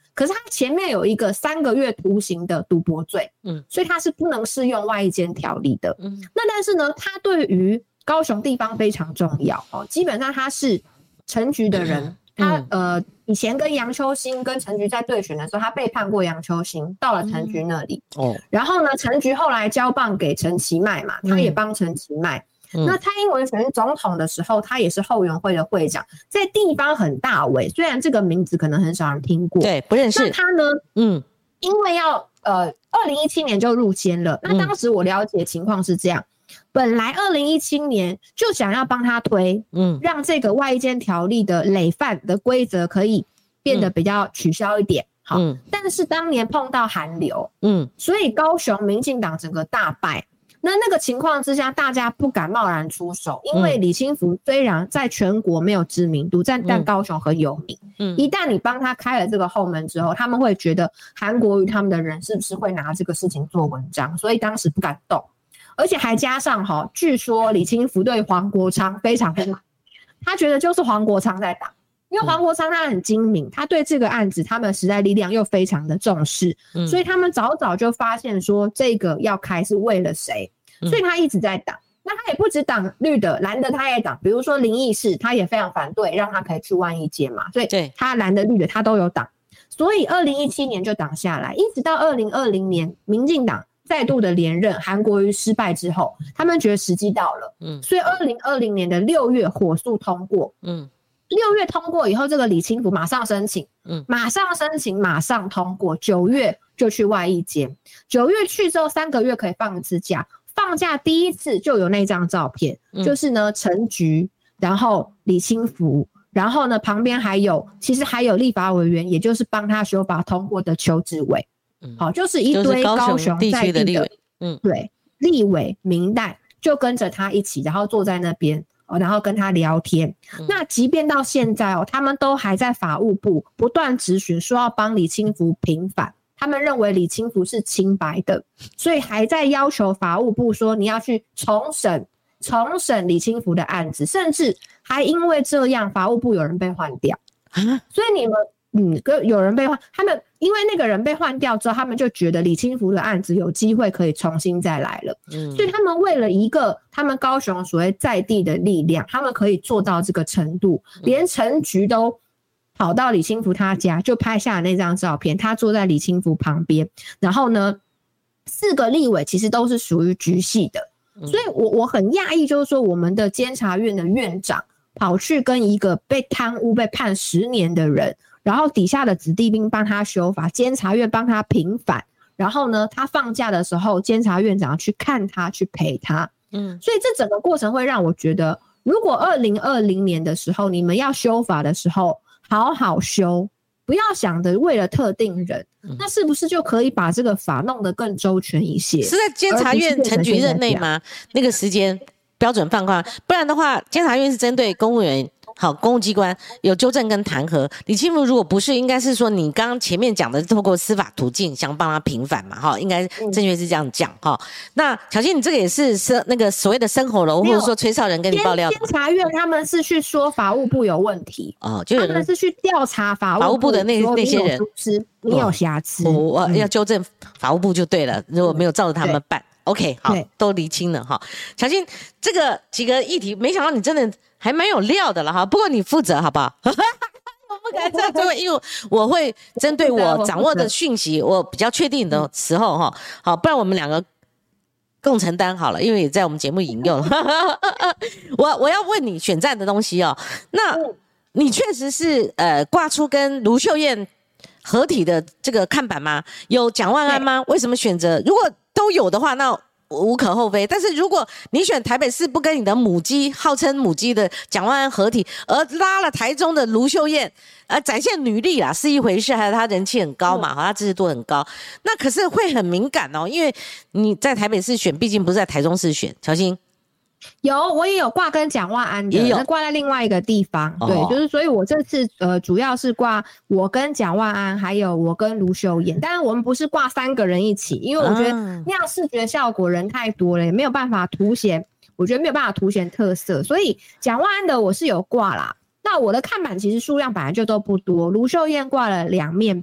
可是他前面有一个三个月徒刑的赌博罪， 嗯， 所以他是不能适用外役监条例的。 嗯， 那但是呢，他对于高雄地方非常重要哦，基本上他是陈菊的人。他呃以前跟杨秋兴跟陈菊在对选的时候，他背叛过杨秋兴，到了陈菊那里。嗯、哦，然后呢，陈菊后来交棒给陈其迈嘛，他也帮陈其迈。嗯、那蔡英文选总统的时候，他也是后援会的会长，在地方很大位，虽然这个名字可能很少人听过， 对，不认识。 那他呢，嗯，因为要呃二零一七年就入监了，那当时我了解情况是这样。嗯，本来二零一七年就想要帮他推，嗯，让这个外役监条例的累犯的规则可以变得比较取消一点，嗯、好，嗯，但是当年碰到寒流，嗯，所以高雄民进党整个大败。那那个情况之下，大家不敢贸然出手，因为李清福虽然在全国没有知名度，但但高雄很有名，嗯，一旦你帮他开了这个后门之后，他们会觉得韩国瑜他们的人是不是会拿这个事情做文章，所以当时不敢动。而且还加上齁，据说李清福对黄国昌非常不满，他觉得就是黄国昌在打，因为黄国昌他很精明，他对这个案子他们时代力量又非常的重视，嗯、所以他们早早就发现说这个要开是为了谁，所以他一直在挡。嗯、那他也不止挡绿的，蓝的他也挡，比如说林义士他也非常反对让他可以去万义街嘛，所以他蓝的绿的他都有挡，所以二零一七年就挡下来，一直到二零二零年民进党再度的连任，韩国瑜失败之后，他们觉得时机到了，嗯，所以二零二零年的六月火速通过，嗯，六月通过以后，这个李清福马上申请，嗯，马上申请，马上通过，九月就去外役监，九月去之后三个月可以放一次假，放假第一次就有那张照片，嗯、就是呢陈菊，然后李清福，然后呢旁边还有，其实还有立法委员，也就是帮他修法通过的邱志伟。好，就是一堆高雄在地的，地的嗯，对，立委民代就跟着他一起，然后坐在那边，哦，然后跟他聊天。嗯、那即便到现在哦，他们都还在法务部不断质询，说要帮李清福平反。他们认为李清福是清白的，所以还在要求法务部说你要去重审、重审李清福的案子，甚至还因为这样，法务部有人被换掉。所以你们。嗯，有人被换，他们因为那个人被换掉之后，他们就觉得李清福的案子有机会可以重新再来了。嗯，所以他们为了一个他们高雄所谓在地的力量，他们可以做到这个程度，连陈菊都跑到李清福他家，就拍下了那张照片，他坐在李清福旁边，然后呢，四个立委其实都是属于菊系的，所以我我很讶异，就是说我们的监察院的院长跑去跟一个被贪污被判十年的人。然后底下的子弟兵帮他修法，监察院帮他平反，然后呢，他放假的时候，监察院长去看他，去陪他，嗯，所以这整个过程会让我觉得，如果二零二零年的时候你们要修法的时候，好好修，不要想着为了特定人，嗯、那是不是就可以把这个法弄得更周全一些？ 是在监察院陈菊任内吗？那个时间标准放宽，不然的话，监察院是针对公务员。好，公务机关有纠正跟弹劾，李清福如果不是，应该是说你刚刚前面讲的透过司法途径想帮他平反嘛，哈，应该正确是这样讲哈。嗯、那小新，你这个也是是那个所谓的生活楼，或者说崔少人跟你爆料， 监察院他们是去说法务部有问题哦，就有他们是去调查法务部法务部的那那些人， 你有瑕疵， 我我要纠正法务部就对了，如果没有照着他们办。OK， 好，都厘清了哈。小新，这个几个议题，没想到你真的还蛮有料的了哈。不过你负责好不好？我不敢这样做，因为我会针对我掌握的讯息，我比较确定的时候哈，好，不然我们两个共承担好了，因为也在我们节目引用了。我我要问你选战的东西哦，那你确实是呃挂出跟卢秀燕合体的这个看板吗？有蒋万安吗？为什么选择？如果都有的话，那无可厚非。但是如果你选台北市不跟你的母鸡，号称母鸡的蒋万安合体，而拉了台中的卢秀燕，呃，展现女力啦是一回事，还有她人气很高嘛，她支持度很高，那可是会很敏感哦，因为你在台北市选，毕竟不是在台中市选，小心。 有，我也有挂跟蒋万安的，也有挂在另外一个地方。哦、对，就是所以，我这次呃主要是挂我跟蒋万安，还有我跟卢秀燕。但是我们不是挂三个人一起，因为我觉得那样视觉效果人太多了，也没有办法凸显，我觉得没有办法凸显特色。所以蒋万安的我是有挂啦。那我的看板其实数量本来就都不多，卢秀燕挂了两面吧。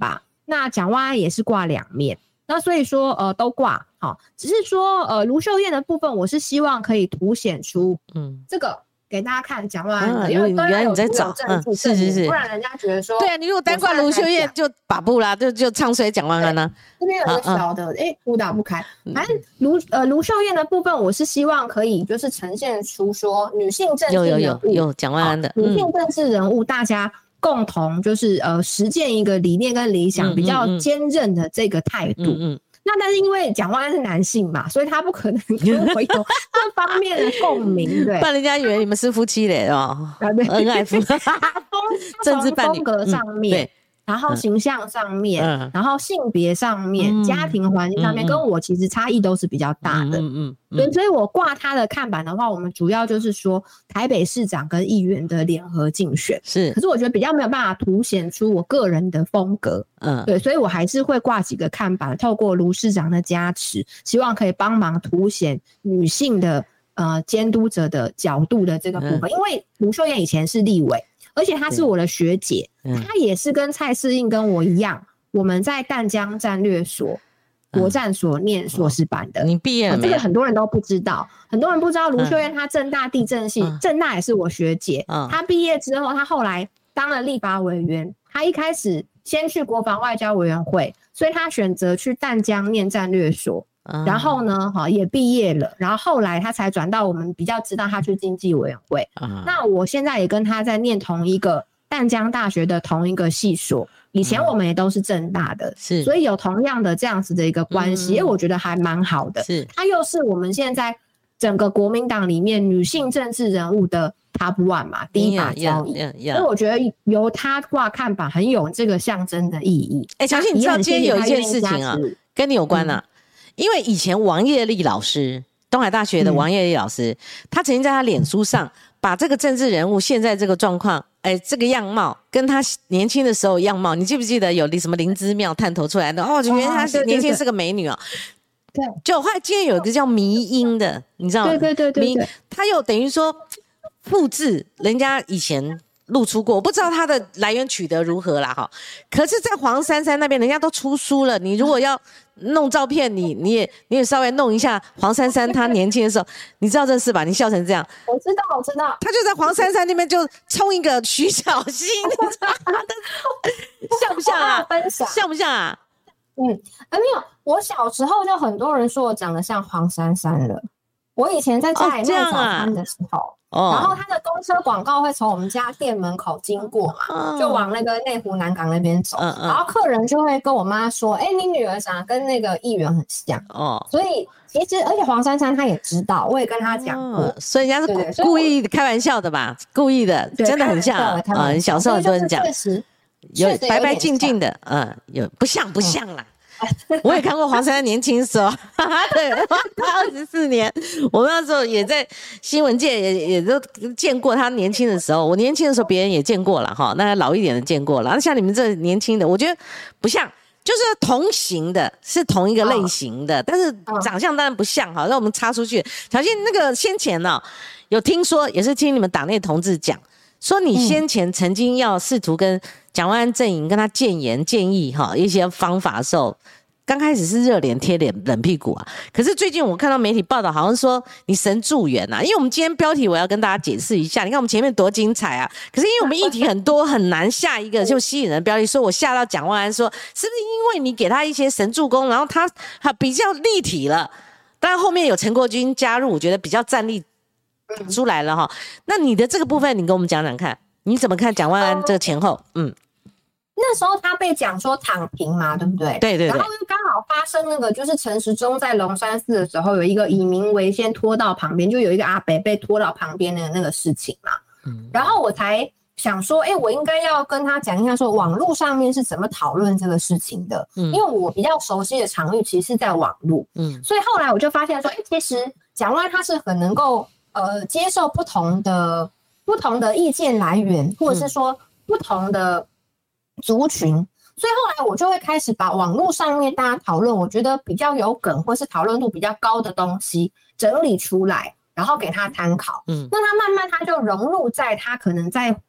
那蒋万安也是挂两面，那所以说呃都挂好，只是说呃卢秀燕的部分，我是希望可以凸显出嗯这个。给大家看蒋万安的， 啊、 因为原来你在找， 嗯， 是是是， 不然人家觉得说， 对啊，你如果单挂卢秀燕就把不啦，就就唱衰蒋万安呢。 这边有一个小的，哎、啊，互、欸、打不开。反正卢呃卢秀燕的部分，我是希望可以就是呈现出说女性政治人物， 有有有有蒋万安的、 嗯、女性政治人物，大家共同就是呃实践一个理念跟理想、嗯、比较坚韧的这个态度。嗯 嗯, 嗯那但是因为蒋万安是男性嘛，所以他不可能跟我有这方面的共鸣，对。 不然人家以为你们是夫妻嘞哦，恩爱夫，政治伴侣， 风格上面。嗯然后形象上面，嗯、然后性别上面、嗯、家庭环境上面、嗯，跟我其实差异都是比较大的。嗯嗯嗯。所以，所以我挂他的看板的话，我们主要就是说台北市长跟议员的联合竞选。 是。 可是我觉得比较没有办法凸显出我个人的风格。嗯。对，所以我还是会挂几个看板，透过卢市长的加持，希望可以帮忙凸显女性的呃监督者的角度的这个部分。嗯、因为卢秀燕以前是立委。而且她是我的学姐，她也是跟蔡适应跟我一样，我们在淡江战略所、国战所念硕士班的。 你毕业了没有？ 这个很多人都不知道，很多人不知道卢秀燕她政大地政系，政大也是我学姐。她毕业之后，她后来当了立法委员，她一开始先去国防外交委员会，所以她选择去淡江念战略所。然后呢，哈也毕业了，然后后来他才转到我们比较知道他去经济委员会。Uh-huh. 那我现在也跟他在念同一个淡江大学的同一个系所，以前我们也都是政大的，是、uh-huh. 所以有同样的这样子的一个关系，因为、uh-huh. 我觉得还蛮好的。是，他又是我们现在整个国民党里面女性政治人物的 top one 嘛，第一把交椅， yeah, yeah, yeah, yeah. 所以我觉得由他挂看板很有这个象征的意义。 哎、欸，小新，你知道今天有一件事情啊，跟你有关啊。嗯，因为以前王业立老师，东海大学的王业立老师、嗯、他曾经在他脸书上把这个政治人物现在这个状况，哎，这个样貌跟他年轻的时候样貌，你记不记得有什么灵芝庙探头出来的？哦，就原来他年轻是个美女哦。 对， 就后来今天有一个叫迷因的，你知道吗？ 对对对对对， 他又等于说复制人家以前露出过，我不知道他的来源取得如何啦哈。可是，在黄珊珊那边，人家都出书了，你如果要弄照片，你你也你也稍微弄一下黄珊珊她年轻的时候，你知道这事吧？你笑成这样， 我知道，我知道。 他就在黄珊珊那边就冲一个徐小新，你知道吗？像不像啊？像不像啊？ 嗯，啊没有，我小时候就很多人说我长得像黄珊珊了。我以前在家里卖早餐的时候。哦，然后他的公车广告会从我们家店门口经过嘛，哦、就往那个内湖南港那边走、嗯嗯，然后客人就会跟我妈说：“哎、欸，你女儿长得跟那个议员很像。”哦，所以其实而且黄珊珊她也知道，我也跟她讲过、哦， 所以人家是对对故意开玩笑的吧？故意的，真的很像啊！嗯，小时候很多人讲， 确实有白白净净的，嗯，有不像不像啦。嗯我也看过黄珊珊年轻的时候，对，他二十四年，我们那时候也在新闻界也也都见过他年轻的时候。我年轻的时候，别人也见过了哈，那老一点的见过了。那像你们这年轻的，我觉得不像，就是同型的，是同一个类型的，哦、但是长相当然不像哈。让我们插出去，小心那个先前呢、哦，有听说也是听你们党内同志讲。说你先前曾经要试图跟蒋万安阵营跟他建言建议哈一些方法的时候，刚开始是热脸贴脸冷屁股啊，可是最近我看到媒体报道，好像说你神助援啊，因为我们今天标题我要跟大家解释一下，你看我们前面多精彩啊，可是因为我们议题很多，很难下一个就吸引人的标题，所以我下到蒋万安说，是不是因为你给他一些神助攻，然后他他比较立体了，当然后面有陈国军加入，我觉得比较站立出来了哈，那你的这个部分，你跟我们讲讲看，你怎么看蒋万安这个前后？嗯， 那时候他被讲说躺平嘛，对不对？ 对对对。 然后又刚好发生那个，就是陈时中在龙山寺的时候，有一个以民为先拖到旁边，就有一个阿伯被拖到旁边的那个事情嘛。嗯。然后我才想说，哎、欸，我应该要跟他讲一下，说网络上面是怎么讨论这个事情的。嗯。因为我比较熟悉的场域其实是在网络。嗯。所以后来我就发现说，哎、欸，其实蒋万安他是很能够。呃，接受不同的不同的意见来源，或者是说不同的族群，嗯、所以后来我就会开始把网络上面大家讨论，我觉得比较有梗或是讨论度比较高的东西整理出来，然后给他参考。嗯，那他慢慢他就融入在他可能在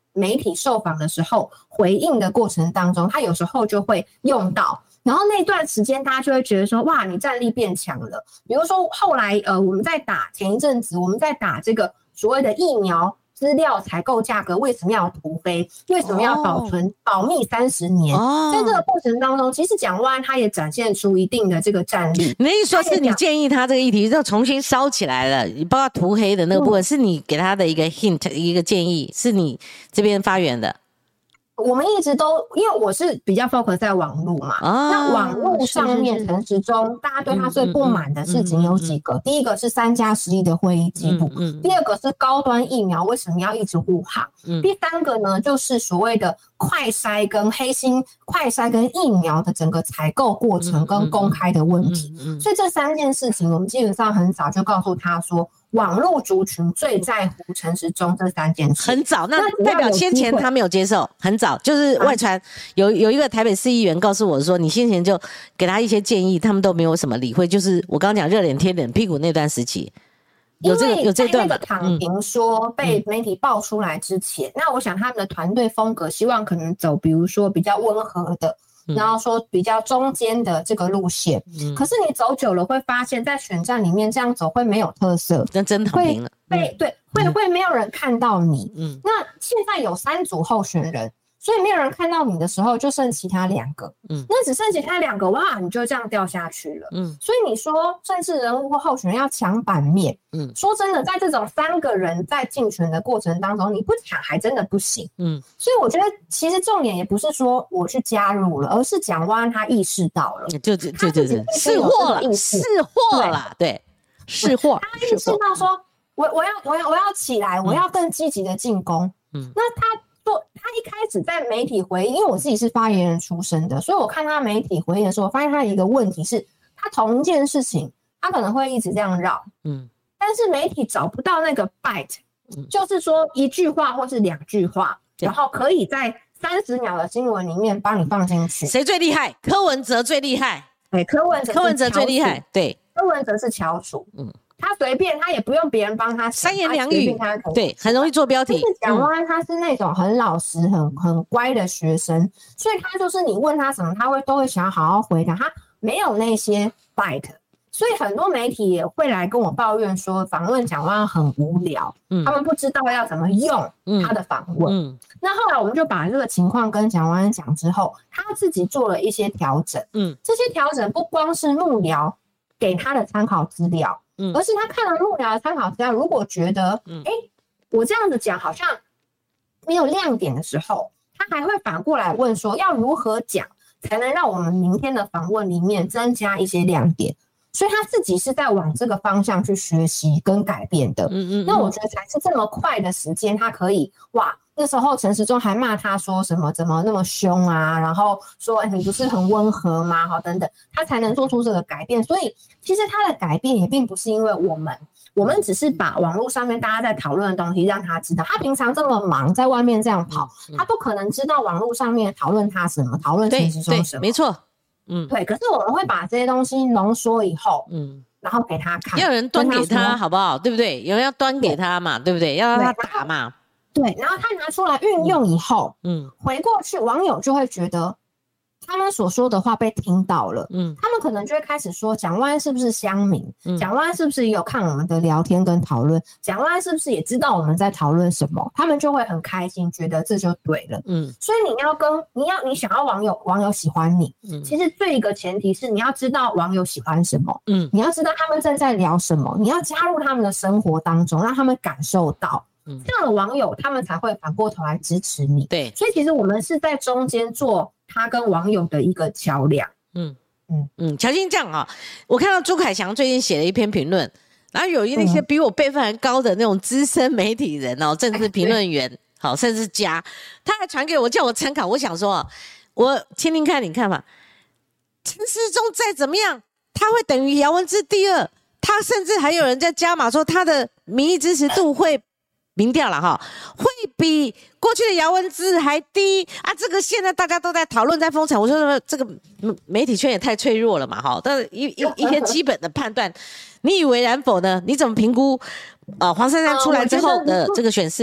媒体受访的时候回应的过程当中，他有时候就会用到。然后那段时间大家就会觉得说，哇，你战力变强了。比如说后来呃我们在打前一阵子我们在打这个所谓的疫苗资料采购价格为什么要涂黑？为什么要保存、oh. 保密三十年？ Oh. 在这个过程当中，其实蒋万安他也展现出一定的这个战力。 你的意思说是你建议他这个议题要重新烧起来了，包括涂黑的那个部分、嗯，是你给他的一个 hint 一个建议，是你这边发源的。 我们一直都因为我是比较 focus 在网络嘛、啊、那网络上面陈时中大家对他最不满的事情有几个、嗯嗯嗯、第一个是三加十一的会议记录、嗯嗯、第二个是高端疫苗为什么要一直护航、嗯、第三个呢就是所谓的快筛跟黑心快筛跟疫苗的整个采购过程跟公开的问题、嗯嗯嗯嗯、所以这三件事情我们基本上很早就告诉他说网络族群最在乎陈时中这三件事， 很早，那代表先前他没有接受，很早就是外传、啊、有有一个台北市议员告诉我说，你先前就给他一些建议，他们都没有什么理会，就是我刚刚讲热脸贴冷屁股那段时期，有这个有这段吧？ 因为在那个躺平说被媒体爆出来之前、嗯，那我想他们的团队风格希望可能走，比如说比较温和的。然后说比较中间的这个路线、嗯、可是你走久了会发现在选战里面这样走会没有特色， 那真躺平了， 会对会、嗯、会没有人看到你、嗯、那现在有三组候选人，所以没有人看到你的时候就剩其他两个、嗯、那只剩其他两个哇你就这样掉下去了、嗯、所以你说政治人物或候选人要抢版面、嗯、说真的在这种三个人在竞选的过程当中你不抢还真的不行、嗯、所以我觉得其实重点也不是说我去加入了，而是蒋万安他意识到了， 就就就就识货了识货了对识货， 他意识到说我我要我要我要起来，我要更积极的进攻、嗯、那他他一开始在媒体回应，因为我自己是发言人出身的，所以我看他媒体回应的时候，我发现他的一个问题是，他同一件事情，他可能会一直这样绕，嗯，但是媒体找不到那个 bite，、嗯、就是说一句话或是两句话，然后可以在三十秒的新闻里面帮你放进去。 谁最厉害？柯文哲最厉害。 对，柯文哲， 柯文哲最厉害。对， 柯文哲是翘楚，嗯。他随便，他也不用别人帮他三言两语，对，很容易做标题。 但是蒋万安他是那种很老实、很很乖的学生，所以他就是你问他什么，他会都会想要好好回答，他没有那些 bite。所以很多媒体也会来跟我抱怨说，访问蒋万安很无聊、嗯，他们不知道要怎么用他的访问、嗯嗯。那后来我们就把这个情况跟蒋万安讲之后，他自己做了一些调整。嗯，这些调整不光是幕僚给他的参考资料。嗯、而是他看了幕僚的参考资料，如果觉得哎、嗯欸，我这样子讲好像没有亮点的时候，他还会反过来问说要如何讲才能让我们明天的访问里面增加一些亮点，所以他自己是在往这个方向去学习跟改变的。嗯嗯嗯，那我觉得才是这么快的时间他可以哇，那时候陈时中还骂他说什么怎么那么凶啊，然后说、欸、你不是很温和吗，好等等，他才能做出这个改变。所以其实他的改变也并不是因为我们我们只是把网络上面大家在讨论的东西让他知道，他平常这么忙在外面这样跑、嗯嗯、他不可能知道网络上面讨论他什么，讨论陈时中什么， 没错，嗯， 对。可是我们会把这些东西浓缩以后，嗯，然后给他看， 要有人端给他好不好，对不对？有人要端给他嘛， 对, 对不对？要让他打嘛， 对，然后他拿出来运用以后，嗯，回过去网友就会觉得他们所说的话被听到了，嗯，他们可能就会开始说蒋万安是不是乡民，嗯，蒋万安是不是也有看我们的聊天跟讨论，蒋万安是不是也知道我们在讨论什么，他们就会很开心，觉得这就对了，嗯，所以你要跟你要你想要网友网友喜欢你，嗯，其实最一个前提是你要知道网友喜欢什么，嗯，你要知道他们正在聊什么，你要加入他们的生活当中，让他们感受到。这样的网友他们才会反过头来支持你。对，所以其实我们是在中间做他跟网友的一个桥梁。嗯嗯嗯，乔欣这样啊，我看到朱凯翔最近写了一篇评论，然后有那些比我辈分还高的那种资深媒体人哦，政治评论员，好，甚至家，他还传给我叫我参考。我想说，我听听看你看法。陈时中再怎么样，他会等于姚文智第二，他甚至还有人在加码说他的民意支持度会。民调了哈，会比过去的姚文智还低啊！这个现在大家都在讨论，在疯传。我说这个媒体圈也太脆弱了嘛，哈！但是一一一些基本的判断，你以为然否呢？你怎么评估？呃，黄珊珊出来之后的这个选势，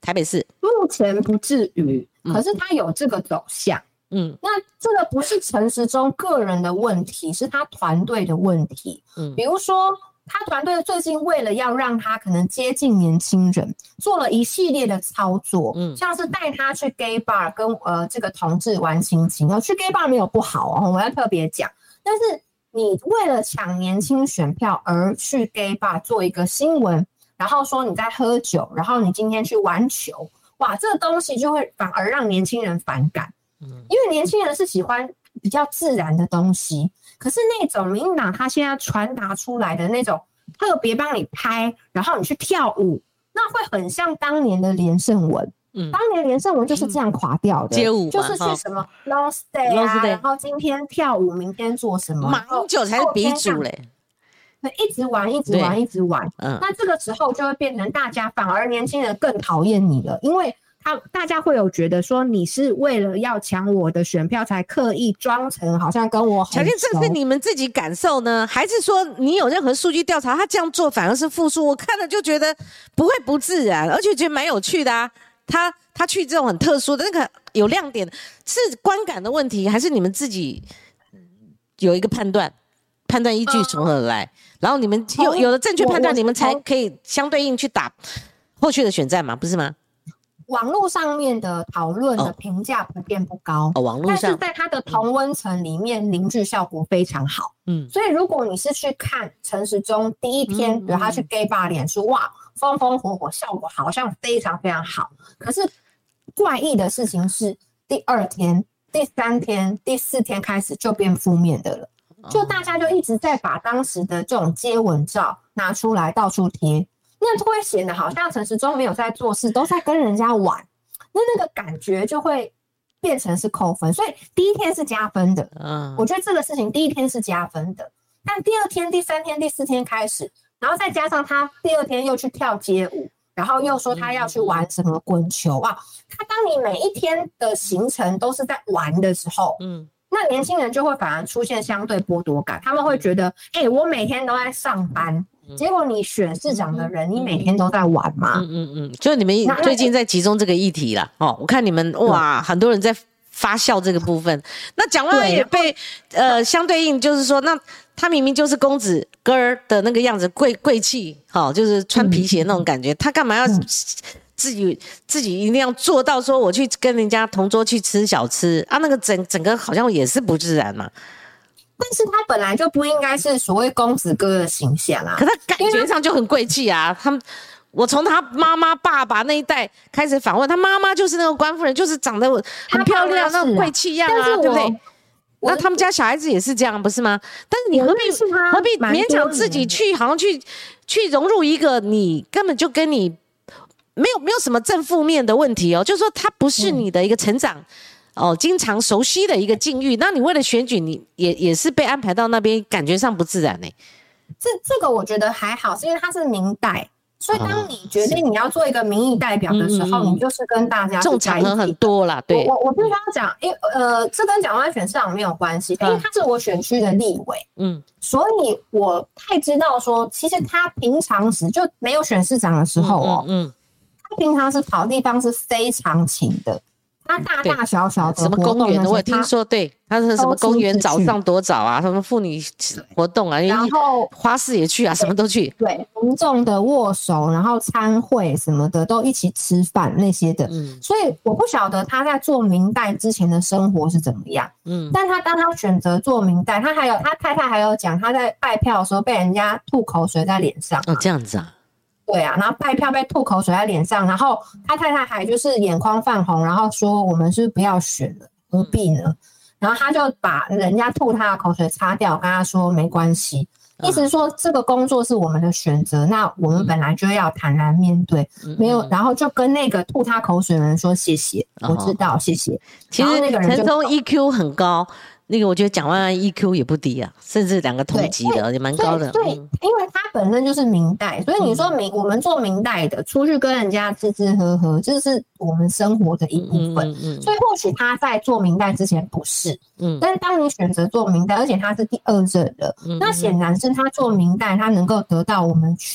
台北市目前不至于，可是他有这个走向。嗯，那这个不是陈时中个人的问题，是他团队的问题。嗯，比如说他团队最近为了要让他可能接近年轻人，做了一系列的操作，嗯，像是带他去 gay bar 跟呃这个同志玩亲亲，去 gay bar 没有不好哦，我要特别讲，但是你为了抢年轻选票而去 gay bar 做一个新闻，然后说你在喝酒，然后你今天去玩球，哇，这个东西就会反而让年轻人反感。因为年轻人是喜欢比较自然的东西，可是那种民进党他现在传达出来的那种特别帮你拍，然后你去跳舞，那会很像当年的连胜文。嗯，当年连胜文就是这样垮掉的， 街舞就是去什么 long stay 啊，然后今天跳舞，明天做什么， 马英九才是鼻祖嘞。 对，一直玩，一直玩，一直玩。嗯，那这个时候就会变成大家反而年轻人更讨厌你了，因为他大家会有觉得说你是为了要抢我的选票才刻意装成好像跟我很熟。 乔建，这是你们自己感受呢，还是说你有任何数据调查他这样做反而是负数？我看了就觉得不会不自然，而且觉得蛮有趣的啊。他他去这种很特殊的那个有亮点，是观感的问题，还是你们自己有一个判断？判断依据从何而来？嗯、然后你们有有了正确判断，你们才可以相对应去打后续的选战嘛，不是吗？ 网络上面的讨论的评价普遍不高， 哦，网络上， 但是在它的同温层里面凝聚效果非常好。嗯，所以如果你是去看陈时中第一天，比如他去 gay bar 脸书，哇，风风火火，效果好像非常非常好。可是怪异的事情是，第二天、第三天、第四天开始就变负面的了，就大家就一直在把当时的这种接吻照拿出来到处贴。那就会显得好像陈时中没有在做事，都在跟人家玩，那那个感觉就会变成是扣分。所以第一天是加分的，嗯，我觉得这个事情第一天是加分的，但第二天、第三天、第四天开始，然后再加上他第二天又去跳街舞，然后又说他要去玩什么滚球啊，他当你每一天的行程都是在玩的时候，嗯，那年轻人就会反而出现相对剥夺感，他们会觉得，哎、欸，我每天都在上班。结果你选市长的人，嗯、你每天都在玩吗？嗯嗯嗯，就你们最近在集中这个议题啦。哦，我看你们哇，很多人在发酵这个部分。那蒋万安也被呃相对应，就是说，那他明明就是公子哥儿的那个样子，贵贵气，好、哦，就是穿皮鞋那种感觉，嗯、他干嘛要自己自己一定要做到说我去跟人家同桌去吃小吃啊？那个整整个好像也是不自然嘛。 但是他本来就不应该是所谓公子哥的形象啊， 可他感觉上就很贵气啊。他们，我从他妈妈、爸爸那一代开始访问，他妈妈就是那个官夫人，就是长得很漂亮，那种贵气样啊，对不对？那他们家小孩子也是这样，不是吗？但是你何必何必勉强自己去，好像去去融入一个你根本就跟你没有没有什么正负面的问题哦，就是说他不是你的一个成长。嗯哦，经常熟悉的一个境遇，那你为了选举，你也也是被安排到那边，感觉上不自然呢、欸。 这这个我觉得还好，是因为他是民代，所以当你决定你要做一个民意代表的时候，哦、你就是跟大家这种场合很多啦。对， 我我必须要讲，因为呃，这跟蒋万安选市长没有关系，因为他是我选区的立委，嗯，所以我太知道说，其实他平常时就没有选市长的时候哦，嗯，嗯嗯他平常时跑地方是非常勤的。他大大小小的什么公园，我有听说，对，他是什么公园早上多早啊，什么妇女活动啊，然后花市也去啊，什么都去。 对，民众的握手，然后参会什么的都一起吃饭那些的。嗯，所以我不晓得他在做民代之前的生活是怎么样。嗯，但他当他选择做民代，他还有他太太还有讲，他在拜票的时候被人家吐口水在脸上。 哦，这样子啊。 对啊，然后拜票被吐口水在脸上，然后他太太还就是眼眶泛红，然后说我们是不要选了，何必呢？然后他就把人家吐他的口水擦掉，跟他说没关系，意思是说这个工作是我们的选择，那我们本来就要坦然面对，没有，然后就跟那个吐他口水的人说谢谢，我知道，谢谢。 其实那个人陈忠 E Q 很高。那个我觉得蒋万安 E Q 也不低啊，甚至两个同级的也蛮高的。 对，嗯、因为他本身就是民代，所以你说民、嗯、我们做民代的出去跟人家吃吃喝喝，这是我们生活的一部分。嗯嗯嗯、所以或许他在做民代之前不是，嗯，但是当你选择做民代，而且他是第二任的，嗯、那显然是他做民代，他能够得到我们区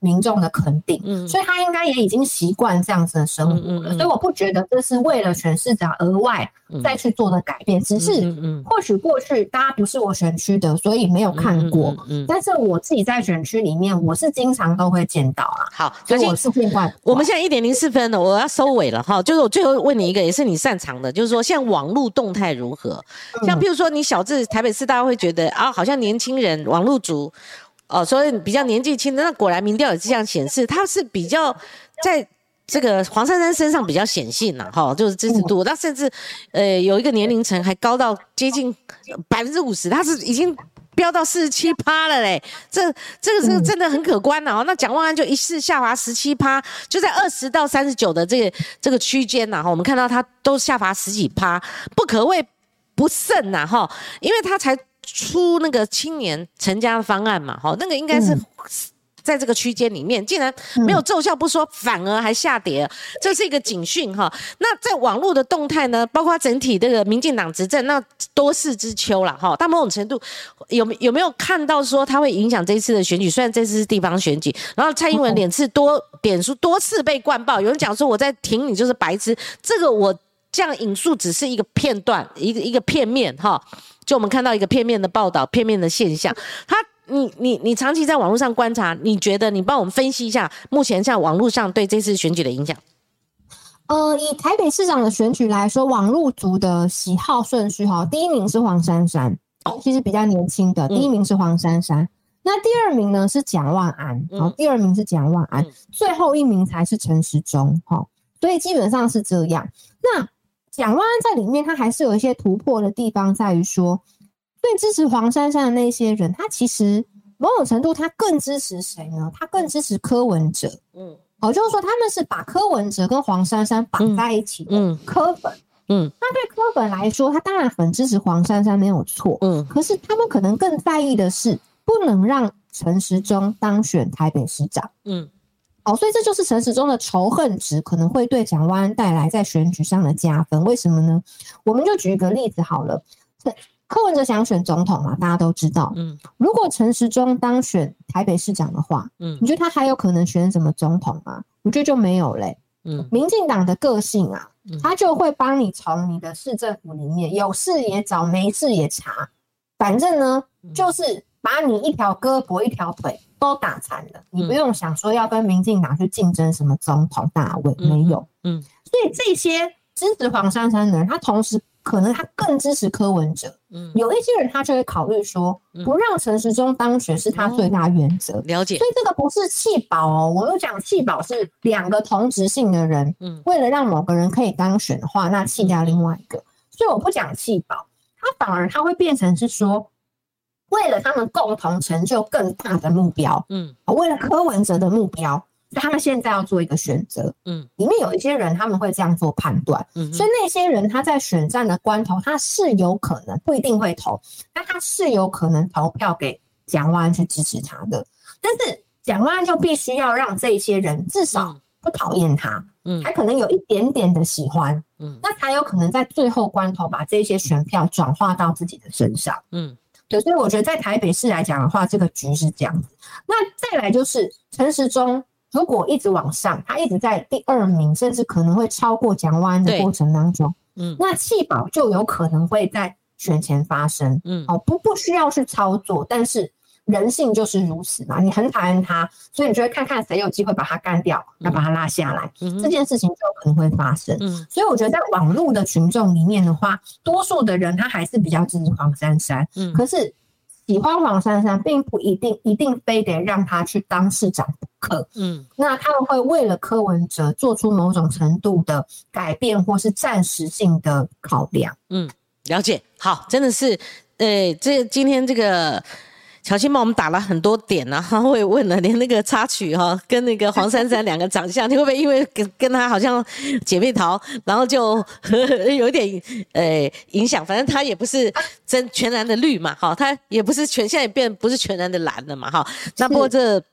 民众的肯定，嗯，所以他应该也已经习惯这样子的生活了，嗯嗯嗯，所以我不觉得这是为了选市长额外再去做的改变，嗯，只是或许过去大家不是我选区的，所以没有看过，嗯嗯嗯，但是我自己在选区里面，我是经常都会见到啊。 好， 所以我是见惯。 我们现在一点零四分了，我要收尾了哈。就是我最后问你一个，也是你擅长的，就是说现在网络动态如何？嗯，像譬如说你小至台北市，大家会觉得啊，好像年轻人网络族。哦，所以比较年纪轻的，那果然民调也是这样显示，他是比较在这个黄珊珊身上比较显性呐，哈，就是支持度，那甚至呃有一个年龄层还高到接近百分之五十，他是已经飙到四十七趴了嘞，这这个是真的很可观呐，哦，那蒋万安就一次下滑十七趴，就在二十到三十九的这个这个区间呐，哈，我们看到他都下滑十几趴，不可谓不慎呐，哈，因为他才出那个青年成家的方案嘛，齁，那个应该是在这个区间里面，竟然没有奏效不说，反而还下跌，这是一个警讯哈。那在网络的动态呢，包括整体这个民进党执政，那多事之秋啦哈。到某种程度，有有没有看到说它会影响这一次的选举？虽然这次是地方选举，然后蔡英文脸次多点数多次被灌爆，有人讲说我在挺你就是白痴，这个我这样引述只是一个片段，一个一个片面哈。就我们看到一个片面的报道，片面的现象。他，你你你长期在网络上观察，你觉得你帮我们分析一下目前在网络上对这次选举的影响？ 呃，以台北市长的选举来说，网络族的喜好顺序哈，第一名是黄珊珊，其实比较年轻的，第一名是黄珊珊，嗯，那第二名呢是蒋万安，好，嗯，第二名是蒋万安，嗯，最后一名才是陈时中，哈，所以基本上是这样。那蒋万安在里面，他还是有一些突破的地方，在于说，最支持黄珊珊的那些人，他其实某种程度他更支持谁呢？他更支持柯文哲。嗯，好，就是说他们是把柯文哲跟黄珊珊绑在一起的柯粉。嗯，那对柯粉来说，他当然很支持黄珊珊没有错。嗯，可是他们可能更在意的是，不能让陈时中当选台北市长。嗯。好，所以这就是陈时中的仇恨值可能会对蒋万安带来在选举上的加分。为什么呢？我们就举一个例子好了，柯文哲想选总统嘛，大家都知道。嗯，如果陈时中当选台北市长的话，嗯，你觉得他还有可能选什么总统吗？我觉得就没有嘞。嗯，民进党的个性啊，他就会帮你从你的市政府里面有事也找，没事也查，反正呢，就是把你一条胳膊一条腿都打残了，你不用想说要跟民进党去竞争什么总统大位，没有。嗯，所以这些支持黄珊珊的人，他同时可能他更支持柯文哲。嗯，有一些人他就会考虑说，不让陈时中当选是他最大原则。 了解。 所以这个不是弃保哦，我们讲弃保是两个同质性的人，嗯，为了让某个人可以当选的话，那弃掉另外一个。所以我不讲弃保，他反而他会变成是说，为了他们共同成就更大的目标，嗯，为了柯文哲的目标，他们现在要做一个选择，嗯，里面有一些人他们会这样做判断，嗯，所以那些人他在选战的关头，他是有可能不一定会投，但他是有可能投票给蒋万安去支持他的，但是蒋万安就必须要让这些人至少不讨厌他，嗯，还可能有一点点的喜欢，嗯，那才有可能在最后关头把这些选票转化到自己的身上，嗯。对，所以我觉得在台北市来讲的话，这个局是这样子。那再来就是陈时中，如果一直往上，他一直在第二名，甚至可能会超过蒋万安的过程当中，嗯，那弃保就有可能会在选前发生，嗯，哦，不不需要去操作，但是人性就是如此嘛，你很讨厌他，所以你就会看看谁有机会把他干掉，要把他拉下来，嗯，这件事情就有可能会发生。嗯，所以我觉得在网络的群众里面的话，多数的人他还是比较支持黄珊珊，嗯，可是喜欢黄珊珊并不一定一定非得让他去当市长不可，嗯，那他们会为了柯文哲做出某种程度的改变或是暂时性的考量。 嗯，了解。好，真的是，呃，这今天这个。乔欣帮我们打了很多点啊，他会问了，连那个插曲哈、哦，跟那个黄珊珊两个长相，你会不会因为跟跟他好像姐妹淘，然后就呵呵有点呃影响？反正他也不是真全然的绿嘛，哈，他也不是全现在也变不是全然的蓝了嘛，哈。那不过这不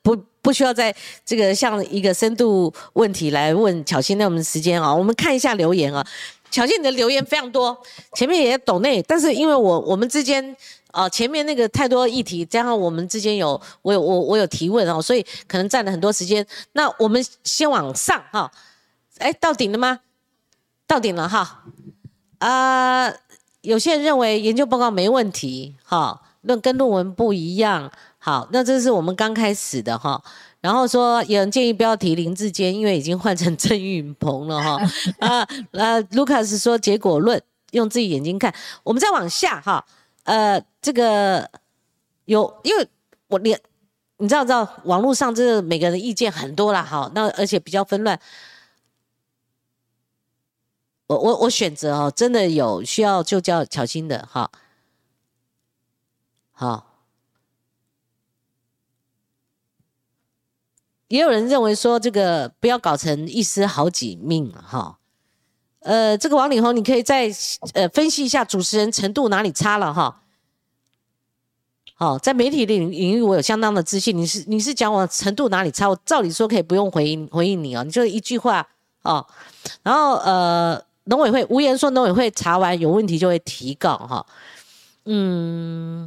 不需要再这个像一个深度问题来问巧芯，那我们时间啊，我们看一下留言啊。巧芯你的留言非常多，前面也抖内，但是因为我我们之间呃前面那个太多议题，加上我们之间有我有我我有提问哦，所以可能占了很多时间。那我们先往上哈，哎，到顶了吗？到顶了哈。啊、呃，有些人认为研究报告没问题哈，论跟论文不一样。好，那这是我们刚开始的哈。然后说有人建议不要提林志坚，因为已经换成郑运鹏了哈。啊呃，卢卡斯说结果论，用自己眼睛看。我们再往下哈，呃，这个有，因为我连你知道知道网络上这个每个人的意见很多啦，哈，那而且比较纷乱。我我我选择哦，真的有需要就叫巧芯的哈，好。也有人认为说这个不要搞成一尸好几命哈，呃，这个王领宏你可以再呃分析一下主持人程度哪里差了哈。好，在媒体领领域我有相当的自信，你是你是讲我程度哪里差，我照理说可以不用回应回应你哦，你就一句话哦。然后呃，农委会无言说农委会查完有问题就会提告哈，嗯。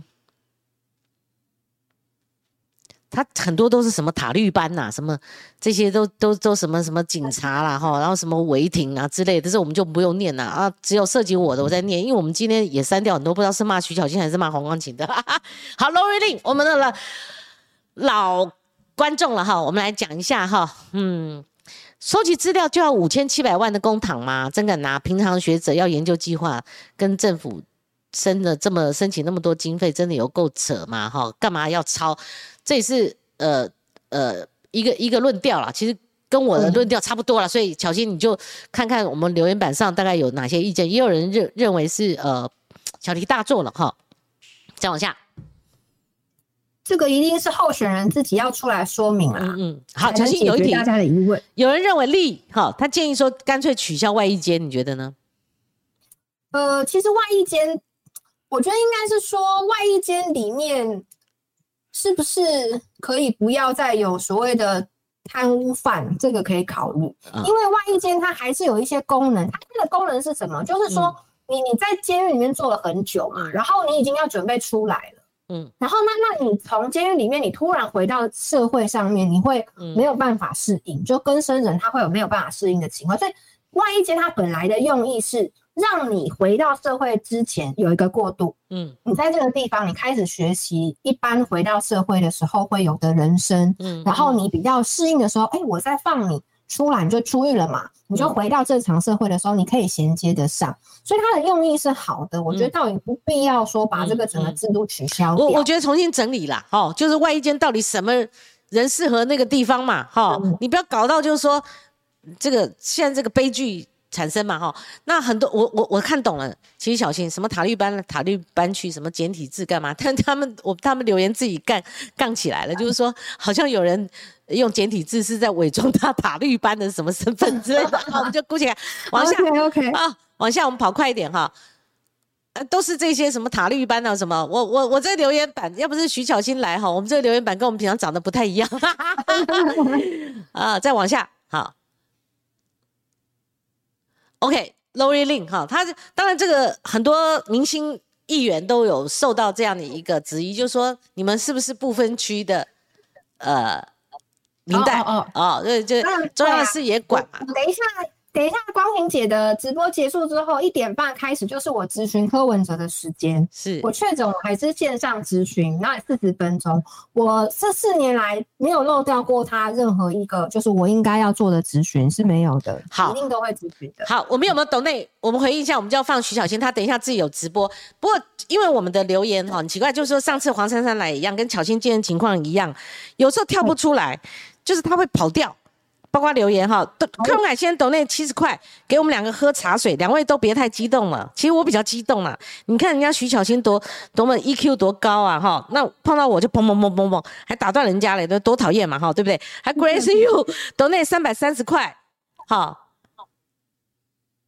他很多都是什么塔绿班呐、啊，什么这些都都都什么什么警察啦哈，然后什么违停啊之类的，这我们就不用念了啊。只有涉及我的我在念，因为我们今天也删掉很多，不知道是骂徐巧芯还是骂黄光芹的。好 ，Lori Lin， 我们的了老观众了哈，我们来讲一下哈，嗯，收集资料就要五千七百万的公帑吗？真敢拿？平常学者要研究计划跟政府申了这么申请那么多经费，真的有够扯吗？哈，干嘛要抄？这也是呃呃一个一个论调啦，其实跟我的论调差不多啦，所以巧芯你就看看我们留言板上大概有哪些意见，也有人认认为是呃小题大做了哈。再往下， 这个一定是候选人自己要出来说明啦。嗯嗯，好，巧芯有一题， 大家的疑问， 有人认为利哈，他建议说干脆取消外役监，你觉得呢？ 呃，其实外役监，我觉得应该是说外役监里面。是不是可以不要再有所谓的贪污犯？这个可以考虑，因为外役监它还是有一些功能。它的功能是什么？就是说你你在监狱里面做了很久嘛，然后你已经要准备出来了，嗯，然后那那你从监狱里面你突然回到社会上面，你会没有办法适应，就更生人他会有没有办法适应的情况。所以外役监它本来的用意是让你回到社会之前有一个过渡，嗯，你在这个地方你开始学习一般回到社会的时候会有的人生，嗯，然后你比较适应的时候，哎，我再放你出来，你就出狱了嘛，你就回到正常社会的时候，你可以衔接得上，所以它的用意是好的，我觉得倒也不必要说把这个整个制度取消掉。 我我觉得重新整理啦，哦，就是外役监到底什么人适合那个地方嘛，哈、嗯，你不要搞到就是说这个现在这个悲剧。产生嘛哈，那很多我我我看懂了，其实小心什么塔绿班塔绿班区什么简体字干嘛？但他们我他们留言自己杠杠起来了，就是说好像有人用简体字是在伪装他塔绿班的什么身份之类的，我们就姑且往下 OK OK 啊，往下我们跑快一点哈。呃，都是这些什么塔绿班啊什么，我我我这个留言板要不是徐巧芯来哈，我们这个留言板跟我们平常长得不太一样啊，再往下好。OK，Lori Lin 哈，他当然这个很多明星议员都有受到这样的一个质疑，就是说你们是不是不分区的呃民代哦，哦对，就中央的事也管嘛。 等一下，等一下，光庭姐的直播结束之后，一点半开始就是我咨询柯文哲的时间。 是我确诊，我还是线上咨询，那四十分钟。我这四年来没有漏掉过他任何一个，就是我应该要做的咨询是没有的， 好， 一定都会咨询的。 好，我们有没有抖内？我们回应一下，我们就要放徐巧芯，他等一下自己有直播。不过因为我们的留言哈很奇怪，就是说上次黄珊珊来一样，跟巧芯今天情况一样，有时候跳不出来，就是他会跑掉。包括留言哈，柯文凯先生抖内七十块给我们两个喝茶水，两位都别太激动了。其实我比较激动啦，你看人家徐巧芯多多么 E Q 多高啊哈，那碰到我就砰砰砰砰砰，还打断人家嘞，多讨厌嘛哈，对不对？还 Grace You 抖内三百三十块，哈，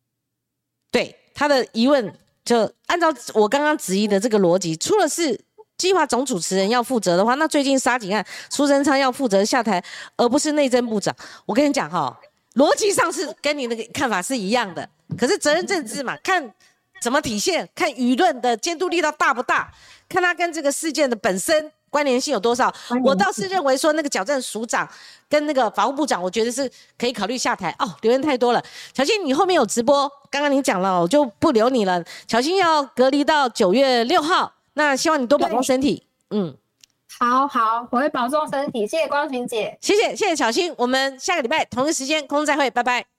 对他的疑问就按照我刚刚质疑的这个逻辑，除了是计划总主持人要负责的话，那最近沙井案苏贞昌要负责下台，而不是内政部长。我跟你讲哈，逻辑上是跟你那个看法是一样的，可是责任政治嘛，看怎么体现，看舆论的监督力道大不大，看他跟这个事件的本身关联性有多少。我倒是认为说那个矫正署长跟那个法务部长，我觉得是可以考虑下台。哦，留言太多了，小新你后面有直播，刚刚你讲了，我就不留你了。小新要隔离到九月六号。那希望你多保重身体，嗯， 好好，我会保重身体，谢谢光群姐， 谢谢谢谢小新，我们下个礼拜同一时间空中再会，拜拜。